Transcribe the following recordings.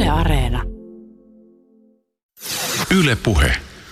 Yle Areena. Yle Puhe.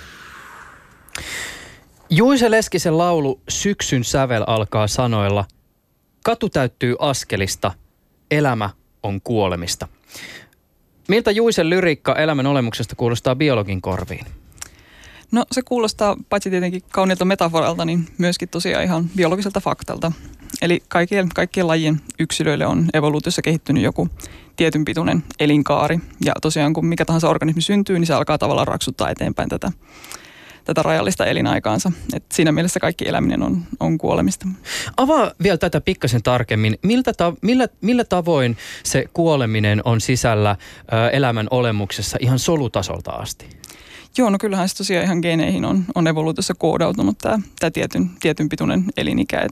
Juise Leskisen laulu Syksyn sävel alkaa sanoilla: katu täyttyy askelista, elämä on kuolemista. Miltä Juisen lyriikka elämän olemuksesta kuulostaa biologin korviin? No se kuulostaa paitsi tietenkin kauniilta metaforalta, niin myöskin tosiaan ihan biologiselta faktalta. Eli kaikkien lajien yksilöille on evoluutiossa kehittynyt joku tietyn pituinen elinkaari. Ja tosiaan kun mikä tahansa organismi syntyy, niin se alkaa tavallaan raksuttaa eteenpäin tätä rajallista elinaikaansa. Et siinä mielessä kaikki eläminen on kuolemista. Avaa vielä tätä pikkasen tarkemmin. Millä tavoin se kuoleminen on sisällä elämän olemuksessa ihan solutasolta asti? Joo, no kyllähän se tosiaan ihan geeneihin on evoluutiossa koodautunut tämä tietyn pituinen elinikä.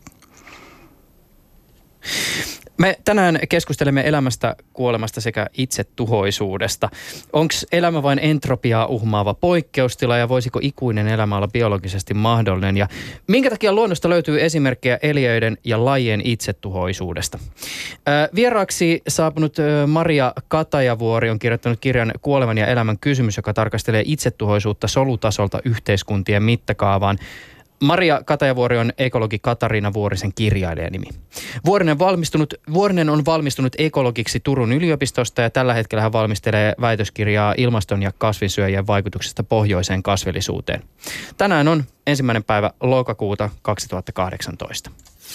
Me tänään keskustelemme elämästä, kuolemasta sekä itsetuhoisuudesta. Onko elämä vain entropiaa uhmaava poikkeustila ja voisiko ikuinen elämä olla biologisesti mahdollinen? Ja minkä takia luonnosta löytyy esimerkkejä eliöiden ja lajien itsetuhoisuudesta? Vieraaksi saapunut Maria Katajavuori on kirjoittanut kirjan Kuoleman ja elämän kysymys, joka tarkastelee itsetuhoisuutta solutasolta yhteiskuntien mittakaavaan. Maria Katajavuori on ekologi Katariina Vuorisen kirjailijanimi. Vuorinen on valmistunut ekologiksi Turun yliopistosta ja tällä hetkellä hän valmistelee väitöskirjaa ilmaston ja kasvinsyöjien vaikutuksesta pohjoiseen kasvillisuuteen. Tänään on 1. päivä lokakuuta 2018.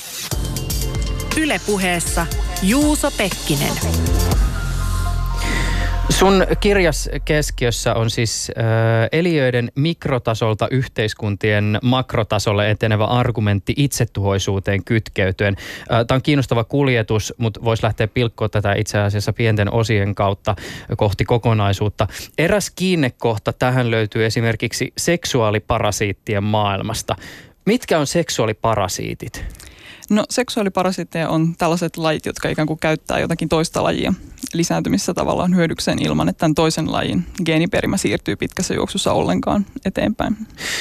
Yle Puheessa Juuso Pekkinen. Sun kirjas keskiössä on siis eliöiden mikrotasolta yhteiskuntien makrotasolle etenevä argumentti itsetuhoisuuteen kytkeytyen. Tämä on kiinnostava kuljetus, mutta voisi lähteä pilkkoa tätä itse asiassa pienten osien kautta kohti kokonaisuutta. Eräs kiinnekohta tähän löytyy esimerkiksi seksuaaliparasiittien maailmasta. Mitkä on seksuaaliparasiitit? No seksuaaliparasiitteja on tällaiset lajit, jotka ikään kuin käyttää jotakin toista lajia lisääntymissä tavallaan hyödykseen ilman, että tämän toisen lajin geeniperimä siirtyy pitkässä juoksussa ollenkaan eteenpäin.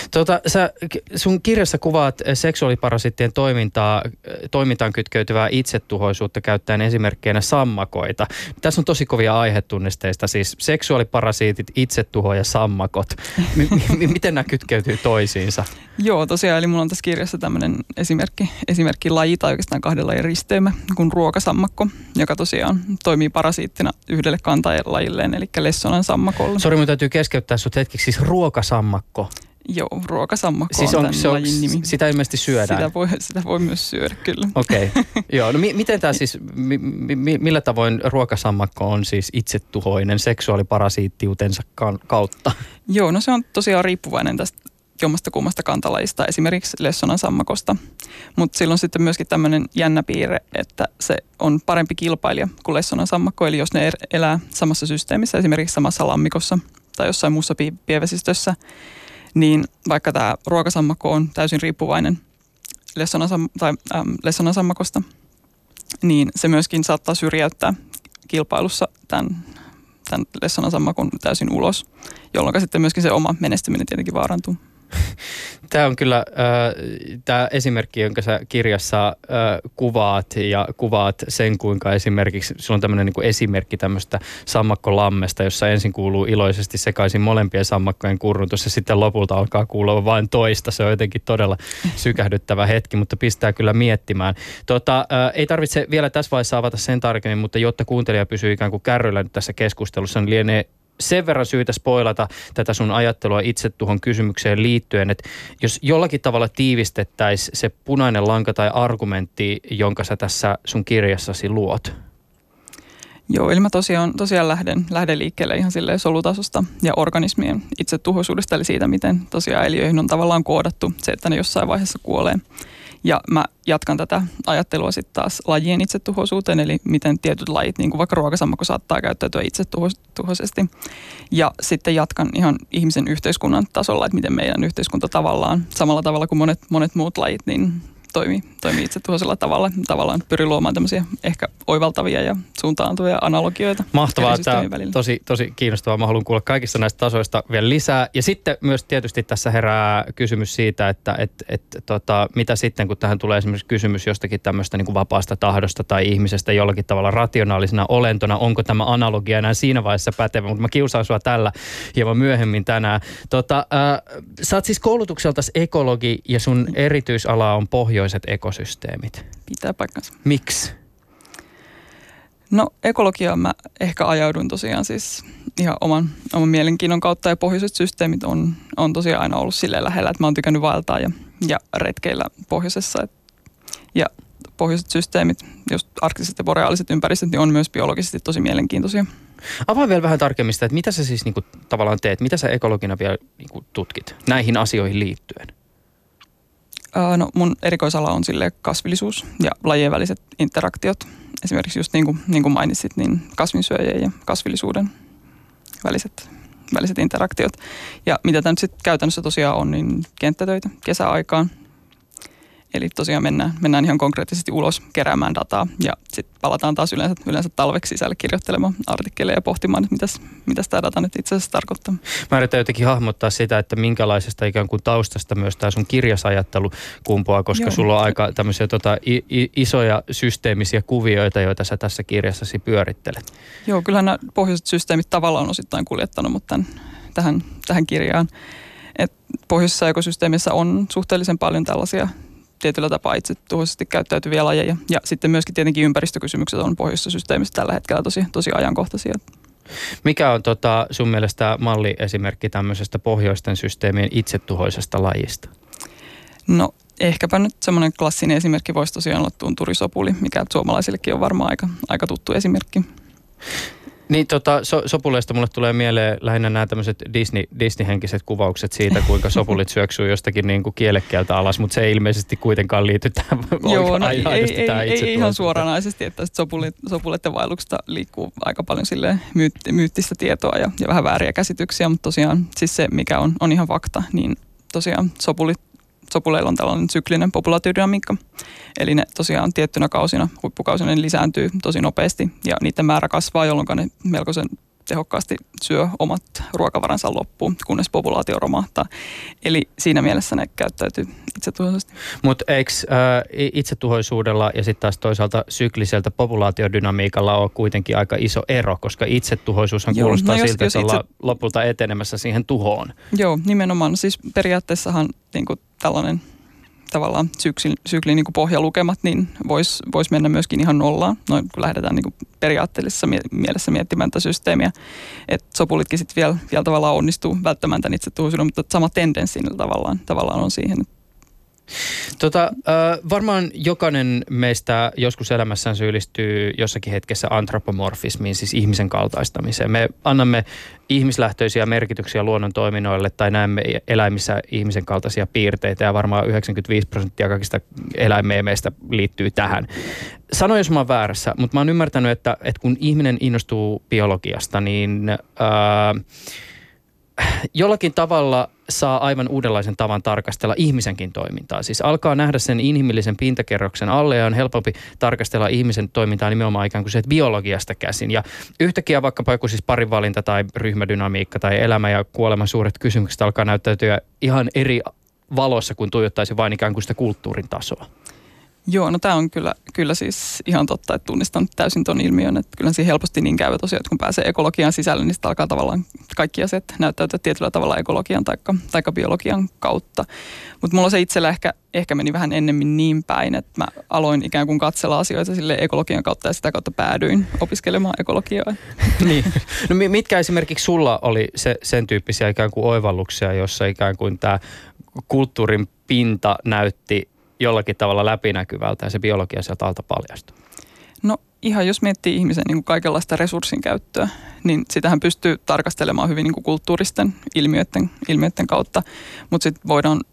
Sun kirjassa kuvaat seksuaaliparasiittien toimintaan kytkeytyvää itsetuhoisuutta käyttäen esimerkkeinä sammakoita. Tässä on tosi kovia aihetunnisteista, siis seksuaaliparasiitit, itsetuho ja sammakot. Miten nämä kytkeytyy toisiinsa? Joo, tosiaan, eli mulla on tässä kirjassa tämmöinen esimerkki laji tai oikeastaan kahden lajin risteymä kuin ruokasammakko, joka tosiaan toimii parasiittina yhdelle kantajalajilleen, eli lessonan sammakolle. Sori, mun täytyy keskeyttää sut hetkeksi, siis ruokasammakko. Joo, ruokasammakko siis on tämän lajin nimi. Sitä ilmeisesti syödään. Sitä voi myös syödä, kyllä. Okei. Joo, no miten tämä siis, millä tavoin ruokasammakko on siis itsetuhoinen seksuaaliparasiittiutensa kautta? Joo, no se on tosiaan riippuvainen tästä jommasta kummasta kantalajista, esimerkiksi lessonan sammakosta. Mutta sillä on sitten myöskin tämmöinen jännä piirre, että se on parempi kilpailija kuin lessonan sammakko. Eli jos ne elää samassa systeemissä, esimerkiksi samassa lammikossa tai jossain muussa pievesistössä, niin vaikka tämä ruokasammakko on täysin riippuvainen lessonan sammakosta, niin se myöskin saattaa syrjäyttää kilpailussa tämän lessonan sammakon täysin ulos, jolloin sitten myöskin se oma menestyminen tietenkin vaarantuu. Tämä on kyllä tämä esimerkki, jonka sä kirjassa kuvaat sen, kuinka esimerkiksi sulla on tämmöinen niin kuin esimerkki tämmöistä sammakkolammesta, jossa ensin kuuluu iloisesti sekaisin molempien sammakkojen kurrutus ja sitten lopulta alkaa kuulua vain toista. Se on jotenkin todella sykähdyttävä hetki, mutta pistää kyllä miettimään. Ei tarvitse vielä tässä vaiheessa avata sen tarkemmin, mutta jotta kuuntelija pysyy ikään kuin kärryillä nyt tässä keskustelussa, niin lienee sen verran syytä spoilata tätä sun ajattelua itse tuohon kysymykseen liittyen, että jos jollakin tavalla tiivistettäisiin se punainen lanka tai argumentti, jonka sä tässä sun kirjassasi luot. Joo, eli mä tosiaan lähden liikkeelle ihan silleen solutasosta ja organismien itsetuhoisuudesta, eli siitä, miten tosiaan eliöihin on tavallaan koodattu se, että ne jossain vaiheessa kuolee. Ja mä jatkan tätä ajattelua sitten taas lajien itsetuhoisuuteen, eli miten tietyt lajit, niin kuin vaikka ruokasammakko, saattaa käyttäytyä itsetuhoisesti. Ja sitten jatkan ihan ihmisen yhteiskunnan tasolla, että miten meidän yhteiskunta tavallaan, samalla tavalla kuin monet muut lajit, niin toimii itsetuhoisella tavalla. Tavallaan pyri luomaan tämmöisiä ehkä oivaltavia ja suuntaantuvia analogioita. Mahtavaa, tämä tosi kiinnostavaa. Mä haluan kuulla kaikista näistä tasoista vielä lisää. Ja sitten myös tietysti tässä herää kysymys siitä, että mitä sitten, kun tähän tulee esimerkiksi kysymys jostakin tämmöistä niin kuin vapaasta tahdosta tai ihmisestä jollakin tavalla rationaalisena olentona. Onko tämä analogia enää siinä vaiheessa pätevä? Mutta mä kiusaan sua tällä hieman myöhemmin tänään. Sä oot siis koulutukseltasi ekologi ja sun erityisala on pohjoiset ekosysteemit. Pitää paikkansa. Miksi? No ekologiaan mä ehkä ajauduin tosiaan siis ihan oman mielenkiinnon kautta ja pohjoiset systeemit on tosiaan aina ollut silleen lähellä, että mä oon tykännyt vaeltaa ja retkeillä pohjoisessa. Ja pohjoiset systeemit, just arktiset ja boreaaliset ympäristöt, niin on myös biologisesti tosi mielenkiintoisia. Avaa vielä vähän tarkemmin sitä, että mitä sä siis niinku tavallaan teet, mitä sä ekologina vielä niinku tutkit näihin asioihin liittyen? No mun erikoisala on silleen kasvillisuus ja lajien väliset interaktiot. Esimerkiksi just niin kuin mainitsit, niin kasvinsyöjien ja kasvillisuuden väliset interaktiot. Ja mitä tämä nyt sitten käytännössä tosiaan on, niin kenttätöitä kesäaikaan. Eli tosiaan mennään ihan konkreettisesti ulos keräämään dataa ja sitten palataan taas yleensä talveksi sisälle kirjoittelemaan artikkeleja ja pohtimaan, että mitäs tämä data nyt itse asiassa tarkoittaa. Mä yritän jotenkin hahmottaa sitä, että minkälaisesta ikään kuin taustasta myös tämä sun kirjasajattelu kumpuaa, koska sulla on aika tämmöisiä isoja systeemisiä kuvioita, joita sä tässä kirjassasi pyörittelet. Joo, kyllähän nämä pohjoiset systeemit tavallaan on osittain kuljettanut mut tähän kirjaan. Et pohjoisessa ekosysteemissä on suhteellisen paljon tällaisia tietyllä tapaa itsetuhoisesti käyttäytyviä lajeja. Ja sitten myöskin tietenkin ympäristökysymykset on pohjoisessa systeemissä tällä hetkellä tosi ajankohtaisia. Mikä on sun mielestä malliesimerkki tämmöisestä pohjoisten systeemien itsetuhoisesta lajista? No ehkäpä nyt semmoinen klassinen esimerkki voisi tosiaan olla tunturisopuli, mikä suomalaisillekin on varmaan aika tuttu esimerkki. Niin sopuleista mulle tulee mieleen lähinnä nämä tämmöiset Disney-henkiset kuvaukset siitä, kuinka sopulit syöksyy jostakin niin kuin kielekkeeltä alas, mutta se ei ilmeisesti kuitenkaan liity tähän. Joo, no ei ihan suoranaisesti, että sopuleiden vaelluksesta liikkuu aika paljon silleen myyttistä tietoa ja vähän vääriä käsityksiä, mutta tosiaan siis se, mikä on ihan fakta, niin tosiaan sopuleilla on tällainen syklinen populaatiodynamiikka. Eli ne tosiaan tiettynä kausina, huippukausina ne lisääntyy tosi nopeasti ja niiden määrä kasvaa, jolloin ne melkoisen tehokkaasti syö omat ruokavaransa loppuun, kunnes populaatio romahtaa. Eli siinä mielessä ne käyttäytyy itsetuhoisesti. Mutta eikö itsetuhoisuudella ja sitten taas toisaalta sykliseltä populaatiodynamiikalla on kuitenkin aika iso ero, koska itsetuhoisuushan kuulostaa siltä, että ollaan lopulta etenemässä siihen tuhoon. Joo, nimenomaan. Siis periaatteessahan niin kuin tällainen tavallaan syklin niin kuin pohjalukemat, niin vois mennä myöskin ihan nollaan, noin kun lähdetään niin kuin periaatteellisessa mielessä miettimään tätä systeemiä. Että sopulitkin sitten vielä tavallaan onnistuu välttämään tämän itsetuhoisuuden, mutta sama tendenssi tavallaan on siihen. Varmaan jokainen meistä joskus elämässään syyllistyy jossakin hetkessä antropomorfismiin, siis ihmisen kaltaistamiseen. Me annamme ihmislähtöisiä merkityksiä luonnon toiminnoille tai näemme eläimissä ihmisen kaltaisia piirteitä ja varmaan 95% kaikista eläimmeistä liittyy tähän. Sano, jos mä oon väärässä, mutta mä oon ymmärtänyt, että kun ihminen innostuu biologiasta, niin jollakin tavalla saa aivan uudenlaisen tavan tarkastella ihmisenkin toimintaa. Siis alkaa nähdä sen inhimillisen pintakerroksen alle ja on helpompi tarkastella ihmisen toimintaa nimenomaan ikään kuin se biologiasta käsin. Ja yhtäkkiä vaikkapa joku siis parinvalinta tai ryhmädynamiikka tai elämä ja kuoleman suuret kysymykset alkaa näyttäytyä ihan eri valossa kuin tuijottaisi vain ikään kuin sitä kulttuurin tasoa. Joo, no tämä on kyllä siis ihan totta, että tunnistan täysin ton ilmiön, että kyllä siinä helposti niin käy tosiaan, että kun pääsee ekologian sisälle, niin sitten alkaa tavallaan kaikki asiat näyttäytyä tietyllä tavalla ekologian tai biologian kautta. Mutta mulla se itsellä ehkä meni vähän ennemmin niin päin, että mä aloin ikään kuin katsella asioita sille ekologian kautta ja sitä kautta päädyin opiskelemaan ekologiaa. Niin. No mitkä esimerkiksi sulla oli sen tyyppisiä ikään kuin oivalluksia, jossa ikään kuin tämä kulttuurin pinta näytti jollakin tavalla läpinäkyvältä ja se biologia sieltä alta paljastui? No ihan jos miettii ihmisen niin kuin kaikenlaista resurssin käyttöä, niin sitähän pystyy tarkastelemaan hyvin niin kuin kulttuuristen ilmiöiden kautta, mutta sitten voidaan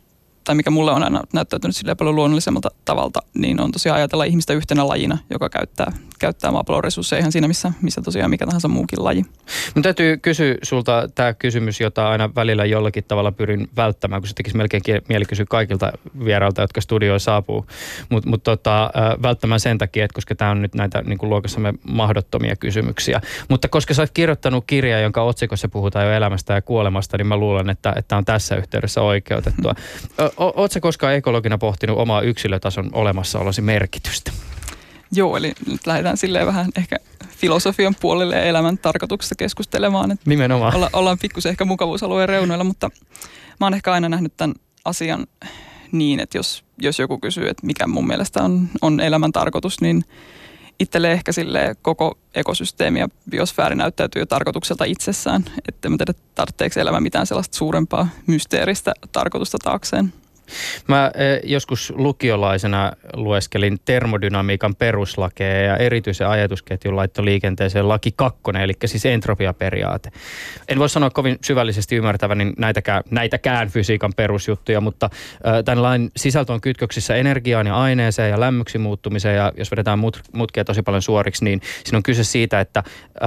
tai mikä mulle on aina näyttäytynyt silleen paljon luonnollisemmalta tavalta, niin on tosiaan ajatella ihmistä yhtenä lajina, joka käyttää maapallon resursseja ihan siinä, missä tosiaan mikä tahansa muukin laji. Mun täytyy kysyä sulta tämä kysymys, jota aina välillä jollakin tavalla pyrin välttämään, kun se tekisi melkein mieli kysyä kaikilta vierailta, jotka studioon saapuu. Mutta välttämään sen takia, että koska tämä on nyt näitä niin kuin luokassamme mahdottomia kysymyksiä. Mutta koska sä oot kirjoittanut kirjaa, jonka otsikossa puhutaan jo elämästä ja kuolemasta, niin mä luulen, että on tässä yhteydessä oikeutettua. Oot sä koskaan ekologina pohtinut omaa yksilötason olemassaolosi merkitystä? Joo, eli nyt lähdetään silleen vähän ehkä filosofian puolelle ja elämän tarkoituksesta keskustelemaan. Että nimenomaan. Ollaan pikkusen ehkä mukavuusalueen reunoilla, mutta mä oon ehkä aina nähnyt tämän asian niin, että jos joku kysyy, että mikä mun mielestä on elämän tarkoitus, niin itselle ehkä silleen koko ekosysteemi ja biosfääri näyttäytyy jo tarkoitukselta itsessään. Että mä tiedä, tarvitseeko elämä mitään sellaista suurempaa mysteeristä tarkoitusta taakseen. Mä joskus lukiolaisena lueskelin termodynamiikan peruslakeja ja erityisen ajatusketjun laittoi liikenteeseen laki 2, eli siis entropiaperiaate. En voi sanoa kovin syvällisesti ymmärtäväni näitäkään fysiikan perusjuttuja, mutta tämän lain sisältö on kytköksissä energiaan ja aineeseen ja lämmöksi muuttumiseen, ja jos vedetään mutkia tosi paljon suoriksi, niin siinä on kyse siitä, että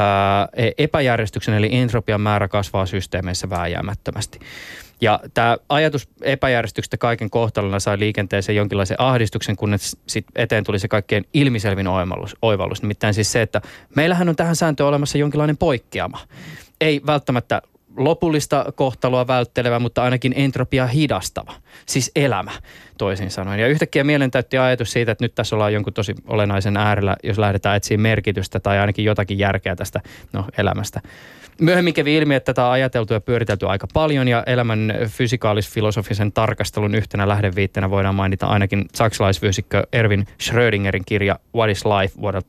epäjärjestyksen eli entropian määrä kasvaa systeemeissä vääjäämättömästi. Ja tämä ajatus epäjärjestyksestä kaiken kohtalona sai liikenteeseen jonkinlaisen ahdistuksen, kunnes sitten eteen tuli se kaikkein ilmiselvin oivallus. Nimittäin siis se, että meillähän on tähän sääntöön olemassa jonkinlainen poikkeama. Ei välttämättä lopullista kohtaloa välttelevä, mutta ainakin entropiaa hidastava. Siis elämä, toisin sanoen. Ja yhtäkkiä mielen täytti ajatus siitä, että nyt tässä ollaan jonkun tosi olennaisen äärellä, jos lähdetään etsiä merkitystä tai ainakin jotakin järkeä tästä elämästä. Myöhemmin kävi ilmi, että tätä on ajateltu ja pyöritelty aika paljon, ja elämän fysikaalis-filosofisen tarkastelun yhtenä lähdeviitteenä voidaan mainita ainakin saksalaisfyysikkö Erwin Schrödingerin kirja What is Life vuodelta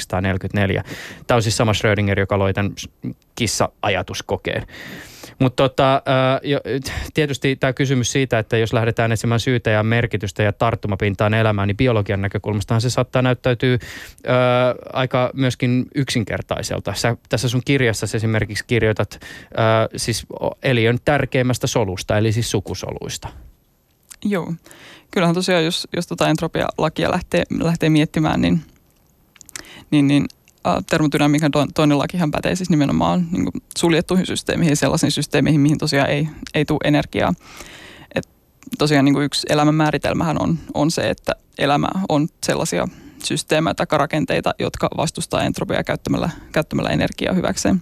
1944. Tämä on siis sama Schrödinger, joka loi tämän kissa-ajatuskokeen. Mutta tietysti tämä kysymys siitä, että jos lähdetään etsimään syytä ja merkitystä ja tarttumapintaan elämään, niin biologian näkökulmastahan se saattaa näyttäytyä aika myöskin yksinkertaiselta. Sä tässä sun kirjassa esimerkiksi kirjoitat siis eliön tärkeimmästä solusta, eli siis sukusoluista. Joo. Kyllähän tosiaan, jos entropialakia lähtee miettimään, niin termodynamiikan toinen lakihan pätee siis nimenomaan niin kuin suljettuihin systeemeihin ja sellaisiin systeemeihin, mihin tosiaan ei tule energiaa. Et tosiaan niin kuin yksi elämän määritelmähän on se, että elämä on sellaisia systeemejä tai rakenteita, jotka vastustaa entropiaa käyttämällä energiaa hyväkseen.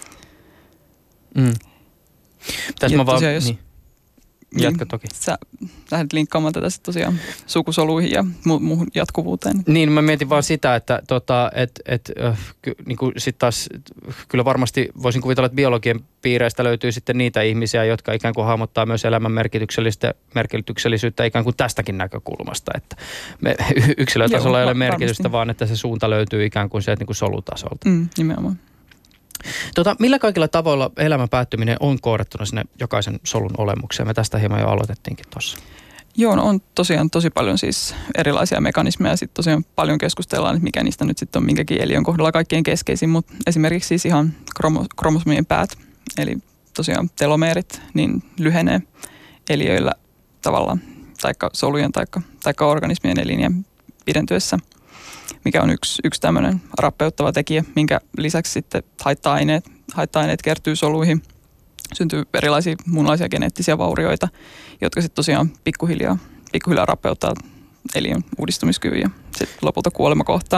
Tässä mä vaan... Jatka toki. Sä lähdet linkkaamaan tätä sitten tosiaan sukusoluihin ja muuhun jatkuvuuteen. Niin, mä mietin vaan sitä, että niin kuin sit taas kyllä varmasti voisin kuvitella, että biologian piireistä löytyy sitten niitä ihmisiä, jotka ikään kuin hahmottaa myös elämän merkityksellisyyttä ikään kuin tästäkin näkökulmasta, että me yksilötasolla ei ole merkitystä, varmasti. Vaan että se suunta löytyy ikään kuin sieltä niin kuin solutasolta. Nimenomaan. Millä kaikilla tavoilla elämän päättyminen on kohdattuna sinne jokaisen solun olemukseen? Me tästä hieman jo aloitettiinkin tuossa. Joo, on tosiaan tosi paljon siis erilaisia mekanismeja ja sitten tosiaan paljon keskustellaan, että mikä niistä nyt sitten on minkäkin eliön kohdalla kaikkein keskeisin, mutta esimerkiksi siis ihan kromosomien päät, eli tosiaan telomeerit, niin lyhenee eliöillä tavallaan, taikka solujen taikka organismien elinien pidentyessä, mikä on yksi tämmöinen rappeuttava tekijä, minkä lisäksi sitten haitta-aineet kertyy soluihin. Syntyy erilaisia muunlaisia geneettisiä vaurioita, jotka sitten tosiaan pikkuhiljaa rappeuttaa eliön uudistumiskyvyn ja sitten lopulta kuolema kohtaa.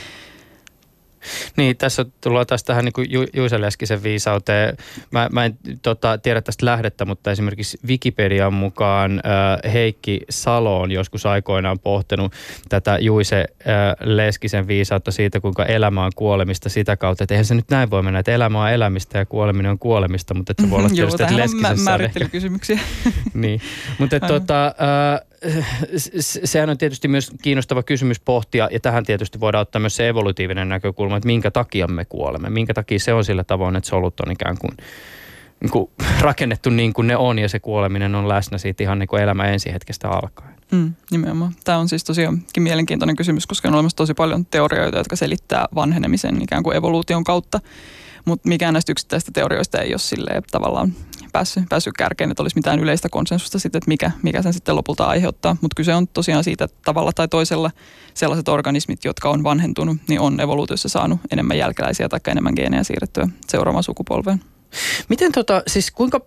Niin, tässä tullaan taas tähän niin kuin Juisa Leskisen viisauteen. Mä en tiedä tästä lähdettä, mutta esimerkiksi Wikipedian mukaan Heikki Salo on joskus aikoinaan pohtinut tätä Juise Leskisen viisautta siitä, kuinka elämä on kuolemista sitä kautta. Että eihän se nyt näin voi mennä, että elämä on elämistä ja kuoleminen on kuolemista, mutta että se voi olla tietysti, että Leskisessä määrittelykysymyksiä. Niin, mutta sehän on tietysti myös kiinnostava kysymys pohtia, ja tähän tietysti voidaan ottaa myös se evolutiivinen näkökulma, että minkä takia me kuolemme, minkä takia se on sillä tavoin, että solut on ikään kuin rakennettu niin kuin ne on, ja se kuoleminen on läsnä siitä ihan niin kuin elämän ensihetkestä alkaen. Nimenomaan. Tämä on siis tosiaankin mielenkiintoinen kysymys, koska on olemassa tosi paljon teorioita, jotka selittää vanhenemisen ikään kuin evoluution kautta. Mutta mikään näistä yksittäisistä teorioista ei ole silleen tavallaan päässyt kärkeen, että olisi mitään yleistä konsensusta sitten, että mikä sen sitten lopulta aiheuttaa. Mutta kyse on tosiaan siitä, että tavalla tai toisella sellaiset organismit, jotka on vanhentunut, niin on evoluutiossa saanut enemmän jälkeläisiä tai enemmän geenejä siirrettyä seuraavaan sukupolveen. Miten siis kuinka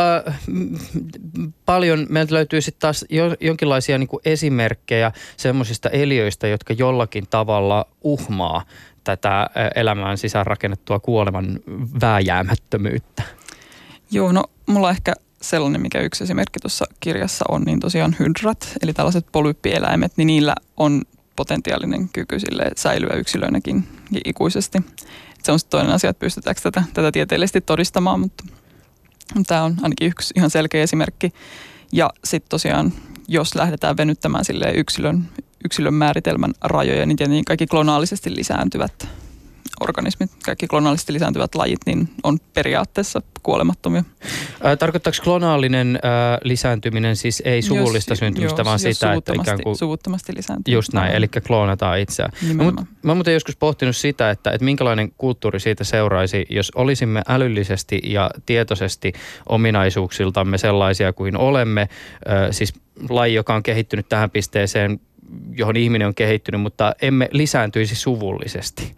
paljon meiltä löytyy sitten taas jonkinlaisia niin kuin esimerkkejä semmoisista eliöistä, jotka jollakin tavalla uhmaa tätä elämään sisäänrakennettua kuoleman vääjäämättömyyttä? Joo, no mulla ehkä sellainen, mikä yksi esimerkki tuossa kirjassa on, niin tosiaan hydrat, eli tällaiset polyyppieläimet, niin niillä on potentiaalinen kyky sille säilyä yksilöinäkin ikuisesti. Se on sitten toinen asia, että pystytäänkö tätä tieteellisesti todistamaan, mutta tämä on ainakin yksi ihan selkeä esimerkki. Ja sitten tosiaan, jos lähdetään venyttämään silleen yksilön määritelmän rajoja, niin tietenkin kaikki klonaalisesti lisääntyvät organismit, kaikki klonaalisesti lisääntyvät lajit, niin on periaatteessa kuolemattomia. Tarkoittaako klonaalinen lisääntyminen siis ei suvullista syntymistä, vaan sitä, että ikään kuin suvuttomasti lisääntyy. Just näin, eli kloonataan itseään. Mä oon muuten joskus pohtinut sitä, että minkälainen kulttuuri siitä seuraisi, jos olisimme älyllisesti ja tietoisesti ominaisuuksiltamme sellaisia kuin olemme, siis laji, joka on kehittynyt tähän pisteeseen, johon ihminen on kehittynyt, mutta emme lisääntyisi suvullisesti.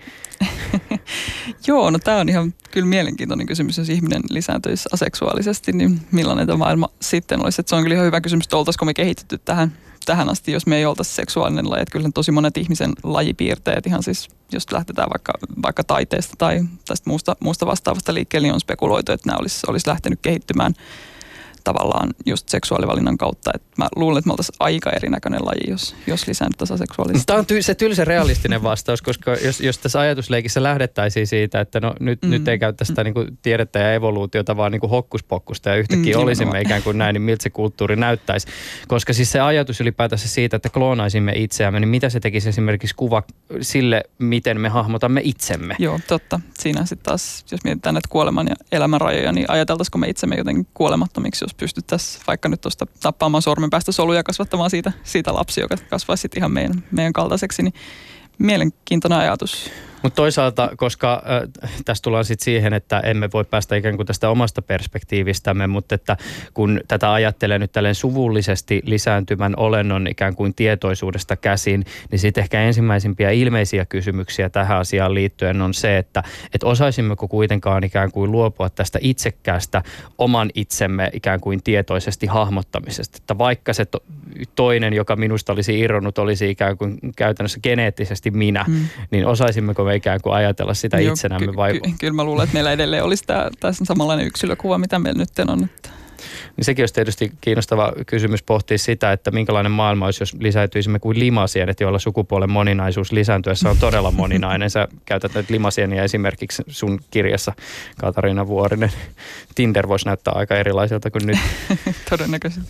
Joo, no tämä on ihan kyllä mielenkiintoinen kysymys, jos ihminen lisääntyisi aseksuaalisesti, niin millainen tämä maailma sitten olisi. Että se on kyllä ihan hyvä kysymys, että oltaisiko me kehitetty tähän asti, jos me ei oltaisi seksuaalinen laji. Että kyllä tosi monet ihmisen lajipiirteet, ihan siis jos lähdetään vaikka taiteesta tai tästä muusta vastaavasta liikkeelle, niin on spekuloitu, että nämä olisi lähtenyt kehittymään tavallaan just seksuaalivalinnan kautta. Että mä luulen, että me oltaisiin aika erinäköinen laji, jos lisäännyttäisiin aseksuaalisesti. Tämä on se tylsä realistinen vastaus, koska jos tässä ajatusleikissä lähdettäisiin siitä, että no nyt ei käytä sitä niin kuin tiedettä ja evoluutiota, vaan niin kuin hokkuspokkusta ja yhtäkkiä olisimme ikään kuin näin, niin miltä se kulttuuri näyttäisi. Koska siis se ajatus ylipäätänsä siitä, että kloonaisimme itseämme, niin mitä se tekisi esimerkiksi kuva sille, miten me hahmotamme itsemme? Joo, totta. Siinä sitten taas, jos mietitään näitä kuoleman ja elämän rajoja, niin ajateltaisiko me itsemme jotenkin kuolemattomiksi, jos pystyttäisiin vaikka nyt tuosta tappaamaan sormen päästä soluja kasvattamaan siitä lapsi, joka kasvaisi sitten ihan meidän kaltaiseksi, niin mielenkiintoinen ajatus. Mutta toisaalta, koska tässä tullaan sitten siihen, että emme voi päästä ikään kuin tästä omasta perspektiivistämme, mutta että kun tätä ajattelee nyt tälleen suvullisesti lisääntyvän olennon ikään kuin tietoisuudesta käsin, niin sitten ehkä ensimmäisimpiä ilmeisiä kysymyksiä tähän asiaan liittyen on se, että osaisimmeko kuitenkaan ikään kuin luopua tästä itsekkäästä oman itsemme ikään kuin tietoisesti hahmottamisesta. Että vaikka se toinen, joka minusta olisi irronnut, olisi ikään kuin käytännössä geneettisesti minä, niin osaisimmeko me ikään kuin ajatella sitä itsenämme vai? Kyllä mä luulen, että meillä edelleen olisi tämä samanlainen yksilökuva, mitä meillä nyt on. Niin sekin olisi tietysti kiinnostava kysymys pohtia sitä, että minkälainen maailma olisi, jos lisäytyisimme kuin limasienet, joilla sukupuolen moninaisuus lisääntyessä on todella moninainen. Sä käytät näitä limasieniä esimerkiksi sun kirjassa, Katariina Vuorinen. Tinder voisi näyttää aika erilaiselta kuin nyt. Todennäköisesti.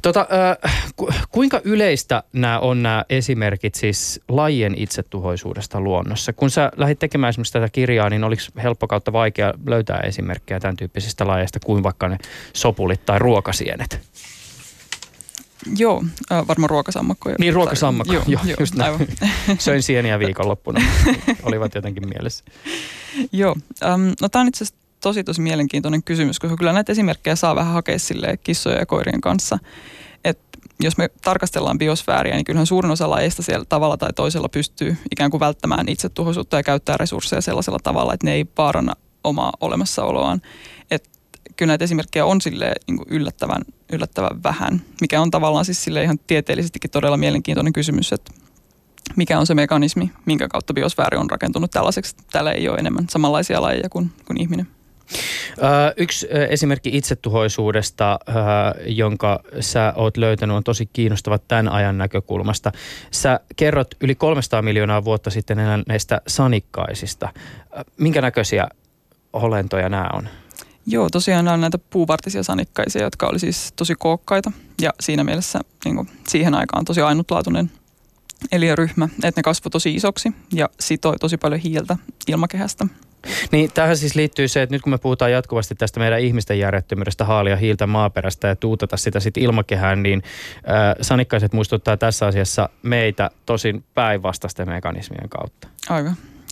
Kuinka yleistä nämä esimerkit siis lajien itsetuhoisuudesta luonnossa? Kun sä lähdit tekemään esimerkiksi tätä kirjaa, niin oliko helppo kautta vaikea löytää esimerkkejä tämän tyyppisistä lajeista kuin vaikka ne sopulit tai ruokasienet? Joo, varmaan ruokasammakko. Niin, ruokasammakko. Joo, just näin. Aivan. Söin sieniä viikonloppuna. Olivat jotenkin mielessä. Joo, no tämä on itse asiassa tosi mielenkiintoinen kysymys, koska kyllä näitä esimerkkejä saa vähän hakea silleen kissojen ja koirien kanssa. Että jos me tarkastellaan biosfääriä, niin kyllähän suurin osa lajeista siellä tavalla tai toisella pystyy ikään kuin välttämään itsetuhoisuutta ja käyttää resursseja sellaisella tavalla, että ne ei vaaranna omaa olemassaoloaan. Että kyllä näitä esimerkkejä on silleen niin kuin yllättävän vähän, mikä on tavallaan siis silleen ihan tieteellisestikin todella mielenkiintoinen kysymys, että mikä on se mekanismi, minkä kautta biosfääri on rakentunut tällaiseksi. Täällä ei ole enemmän samanlaisia lajeja kuin ihminen. Yksi esimerkki itsetuhoisuudesta, jonka sä oot löytänyt, on tosi kiinnostava tämän ajan näkökulmasta. Sä kerrot yli 300 miljoonaa vuotta sitten näistä sanikkaisista. Minkä näköisiä olentoja nämä on? Joo, tosiaan nämä on näitä puuvartisia sanikkaisia, jotka oli siis tosi kookkaita ja siinä mielessä niin kuin siihen aikaan tosi ainutlaatuinen eliöryhmä, että ne kasvoi tosi isoksi ja sitoi tosi paljon hiiltä ilmakehästä. Niin tähän siis liittyy se, että nyt kun me puhutaan jatkuvasti tästä meidän ihmisten järjettömyydestä haalia hiiltä maaperästä ja tuutata sitä sitten ilmakehään, niin sanikkaiset muistuttaa tässä asiassa meitä tosin päinvastaisten mekanismien kautta. Aivan.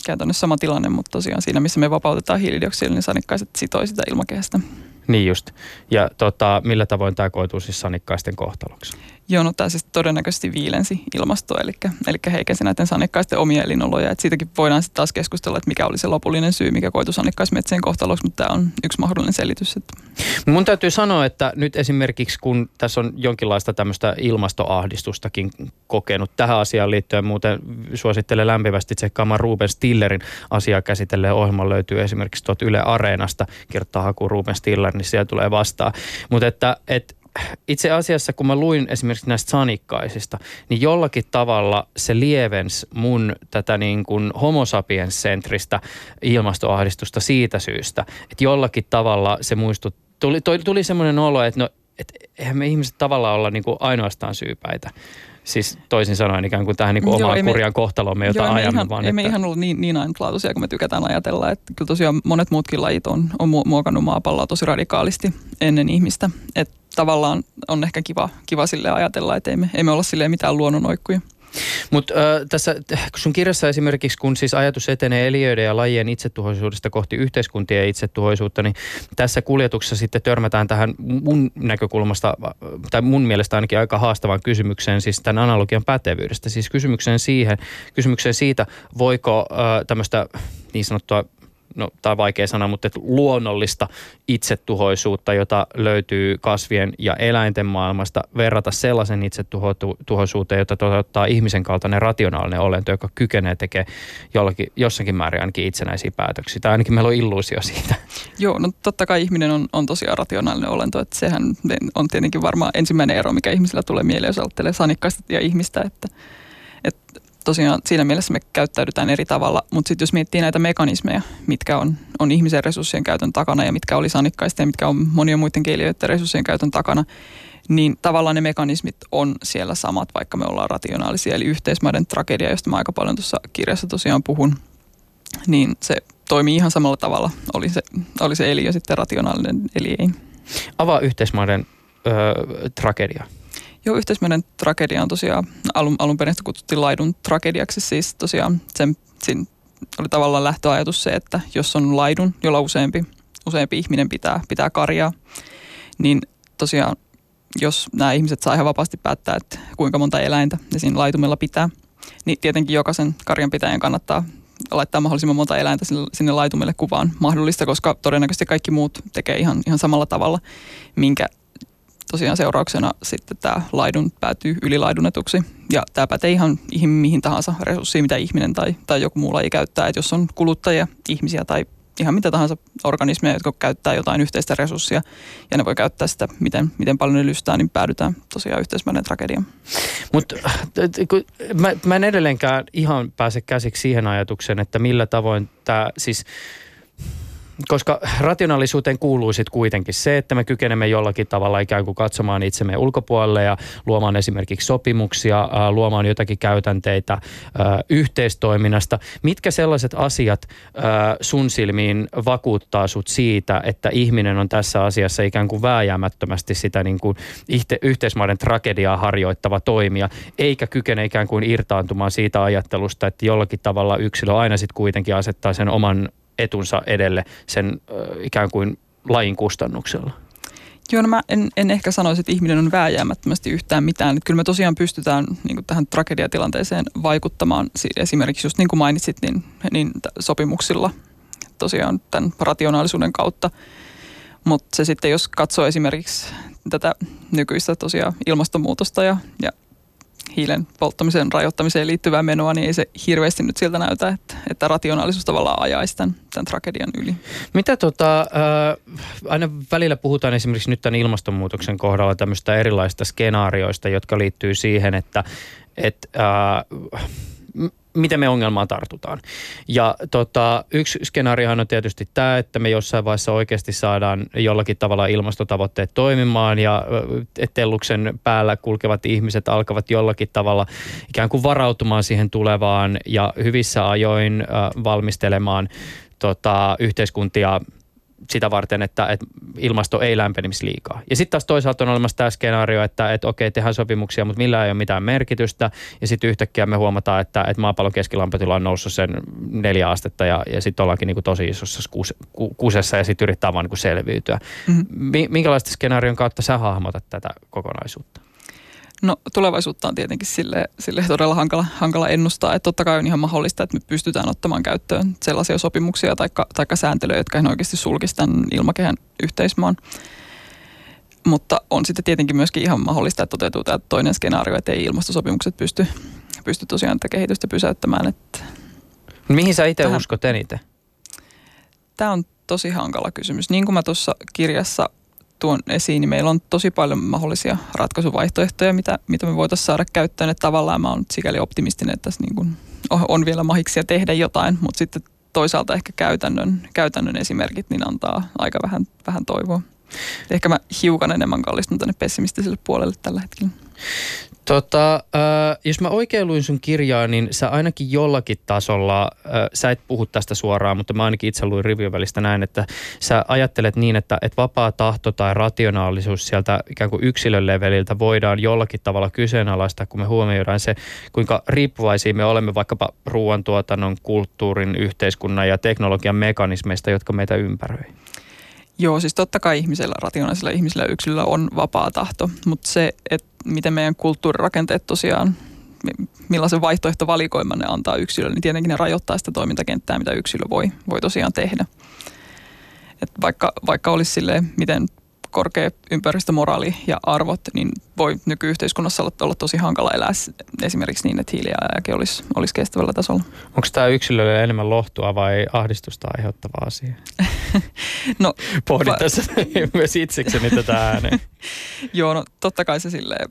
käytännössä sama tilanne, mutta tosiaan siinä, missä me vapautetaan hiilidioksidia, niin sanikkaiset sitoi sitä ilmakehästä. Niin just. Ja millä tavoin tämä koituu siis sanikkaisten kohtaloksi? Joo, no tämä siis todennäköisesti viilensi ilmastoa, eli heikensi näiden sanikkaisten omia elinoloja. Et siitäkin voidaan sitten taas keskustella, että mikä oli se lopullinen syy, mikä koitui sanikkaismetsien kohtaloksi, mutta tämä on yksi mahdollinen selitys. Mun täytyy sanoa, että nyt esimerkiksi kun tässä on jonkinlaista tämmöistä ilmastoahdistustakin kokenut tähän asiaan liittyen, muuten suosittelen lämpimästi tsekkaamaan Ruben Stillerin asiaa käsitelleen ohjelma löytyy esimerkiksi tuolta Yle Areenasta, kirjoittaa haku Ruben Stiller, niin siellä tulee vastaan. Mutta että itse asiassa, kun mä luin esimerkiksi näistä sanikkaisista, niin jollakin tavalla se lievensi mun tätä niin kuin homo sapiens-sentristä ilmastoahdistusta siitä syystä, että jollakin tavalla se tuli semmoinen olo, että no, eihän me ihmiset tavallaan olla niin kuin ainoastaan syypäitä. Siis toisin sanoen ikään kuin tähän niin kuin omaan kurjaan kohtalomme, jota ajamme vaan. Emme ihan ollut niin ainutlaatuisia, kun me tykätään ajatella. Että kyllä tosiaan monet muutkin lajit on muokannut maapalloa tosi radikaalisti ennen ihmistä. Että tavallaan on ehkä kiva silleen ajatella, että emme olla silleen mitään luonnonoikkuja. Mutta tässä sun kirjassa esimerkiksi, kun siis ajatus etenee eliöiden ja lajien itsetuhoisuudesta kohti yhteiskuntien itsetuhoisuutta, niin tässä kuljetuksessa sitten törmätään tähän mun näkökulmasta, tai mun mielestä ainakin aika haastavaan kysymykseen, siis tämän analogian pätevyydestä. Siis kysymykseen siitä, voiko tämmöistä niin sanottua, no tämä on vaikea sana, mutta luonnollista itsetuhoisuutta, jota löytyy kasvien ja eläinten maailmasta, verrata sellaisen itsetuhoisuuteen, jota toteuttaa ihmisen kaltainen rationaalinen olento, joka kykenee tekemään jossakin määrin ainakin itsenäisiä päätöksiä. Tai ainakin meillä on illuusio siitä. Joo, no totta kai ihminen on tosiaan rationaalinen olento, että sehän on tietenkin varmaan ensimmäinen ero, mikä ihmisillä tulee mieleen, jos ajattelee sanikkaista ja ihmistä, että tosiaan siinä mielessä me käyttäydytään eri tavalla, mutta sitten jos miettii näitä mekanismeja, mitkä on ihmisen resurssien käytön takana ja mitkä oli sanikkaisten ja mitkä on monien muiden keiliöiden resurssien käytön takana, niin tavallaan ne mekanismit on siellä samat, vaikka me ollaan rationaalisia. Eli yhteismaiden tragedia, josta mä aika paljon tuossa kirjassa tosiaan puhun, niin se toimii ihan samalla tavalla, oli se eliö sitten rationaalinen, eli ei. Avaa yhteismaiden tragedia. Joo, yhteismaiden tragedia on tosiaan, alun perin kutsuttiin laidun tragediaksi, siis tosiaan siinä oli tavallaan lähtöajatus se, että jos on laidun, jolla useampi ihminen pitää karjaa, niin tosiaan jos nämä ihmiset saa ihan vapaasti päättää, että kuinka monta eläintä ne siinä laitumella pitää, niin tietenkin jokaisen karjanpitäjän kannattaa laittaa mahdollisimman monta eläintä sinne laitumelle kuvaan mahdollista, koska todennäköisesti kaikki muut tekee ihan samalla tavalla, minkä tosiaan seurauksena sitten tämä laidun päätyy ylilaidunetuksi. Ja tämä pätee ihan mihin tahansa resurssiin, mitä ihminen tai joku muu laji käyttää. Että jos on kuluttajia, ihmisiä tai ihan mitä tahansa organismeja, jotka käyttää jotain yhteistä resurssia ja ne voi käyttää sitä, miten paljon ne lystää, niin päädytään tosiaan yhteismäinen tragediaan. Mutta mä en edelleenkään ihan pääse käsiksi siihen ajatukseen, että millä tavoin tämä siis... Koska rationaalisuuteen kuuluu sitten kuitenkin se, että me kykenemme jollakin tavalla ikään kuin katsomaan itsemme ulkopuolelle ja luomaan esimerkiksi sopimuksia, luomaan jotakin käytänteitä yhteistoiminnasta. Mitkä sellaiset asiat sun silmiin vakuuttaa sut siitä, että ihminen on tässä asiassa ikään kuin vääjäämättömästi sitä niin kuin yhteismaiden tragediaa harjoittava toimija, eikä kykene ikään kuin irtaantumaan siitä ajattelusta, että jollakin tavalla yksilö aina sitten kuitenkin asettaa sen oman etunsa edelle sen ikään kuin lajin kustannuksella? Joo, no mä en ehkä sanoisi, että ihminen on vääjäämättömästi yhtään mitään. Että kyllä me tosiaan pystytään niin kuin tähän tragediatilanteeseen vaikuttamaan. Esimerkiksi just niin kuin mainitsit, niin sopimuksilla tosiaan tämän rationaalisuuden kautta. Mutta se sitten, jos katsoo esimerkiksi tätä nykyistä tosiaan ilmastonmuutosta ja hiilen polttamisen rajoittamiseen liittyvää menoa, niin ei se hirveästi nyt siltä näytä, että rationaalisuus tavallaan ajaisi tämän tragedian yli. Mitä aina välillä puhutaan esimerkiksi nyt tämän ilmastonmuutoksen kohdalla tämmöistä erilaisista skenaarioista, jotka liittyy siihen, että miten me ongelmaan tartutaan. Ja yksi skenaariohan on tietysti tämä, että me jossain vaiheessa oikeasti saadaan jollakin tavalla ilmastotavoitteet toimimaan ja Telluksen päällä kulkevat ihmiset alkavat jollakin tavalla ikään kuin varautumaan siihen tulevaan ja hyvissä ajoin valmistelemaan yhteiskuntia sitä varten, että ilmasto ei lämpenisi liikaa. Ja sitten taas toisaalta on olemassa tämä skenaario, että okei, tehdään sopimuksia, mutta millään ei ole mitään merkitystä. Ja sitten yhtäkkiä me huomataan, että maapallon keskilämpötila on noussut sen 4 astetta ja sitten ollaankin niin kuin tosi isossa kusessa ja sitten yrittää vaan niin kuin selviytyä. Minkälaista skenaarion kautta sä hahmotat tätä kokonaisuutta? No tulevaisuutta on tietenkin sille todella hankala ennustaa, että totta kai on ihan mahdollista, että me pystytään ottamaan käyttöön sellaisia sopimuksia tai sääntelyjä, jotka ihan oikeasti sulkisi tämän ilmakehän yhteismaan. Mutta on sitten tietenkin myöskin ihan mahdollista, että toteutuu tämä toinen skenaario, että ei ilmastosopimukset pysty tosiaan tätä kehitystä pysäyttämään. Että mihin sä itse uskot eniten? Tämä on tosi hankala kysymys. Niin kuin mä tuossa kirjassa tuon esiin, niin meillä on tosi paljon mahdollisia ratkaisuvaihtoehtoja, mitä me voitaisiin saada käyttöön. Että tavallaan mä oon sikäli optimistinen, että tässä niin kuin on vielä mahiksia tehdä jotain, mutta sitten toisaalta ehkä käytännön esimerkit niin antaa aika vähän toivoa. Ehkä mä hiukan enemmän kallistun tänne pessimistiselle puolelle tällä hetkellä. Jos mä oikein luin sun kirjaa, niin sä ainakin jollakin tasolla, sä et puhu tästä suoraan, mutta mä ainakin itse luin rivien välistä näin, että sä ajattelet niin, että vapaa tahto tai rationaalisuus sieltä ikään kuin yksilön leveliltä voidaan jollakin tavalla kyseenalaistaa, kun me huomioidaan se, kuinka riippuvaisia me olemme vaikkapa ruoantuotannon, kulttuurin, yhteiskunnan ja teknologian mekanismeista, jotka meitä ympäröi. Joo, siis totta kai rationaalisilla ihmisillä ja yksilöllä on vapaa tahto, mutta se, että miten meidän kulttuurirakenteet tosiaan, millaisen vaihtoehtovalikoiman ne antaa yksilölle, niin tietenkin ne rajoittaa sitä toimintakenttää, mitä yksilö voi tosiaan tehdä. Et vaikka olisi silleen, miten korkea ympäristömoraali ja arvot, niin voi nykyyhteiskunnassa olla tosi hankala elää esimerkiksi niin, että hiilijalanjälki olisi kestävällä tasolla. Onko tämä yksilölle enemmän lohtua vai ahdistusta aiheuttava asia? No, pohdin tässä myös itsekseni tätä ääneen. Joo, no totta kai se silleen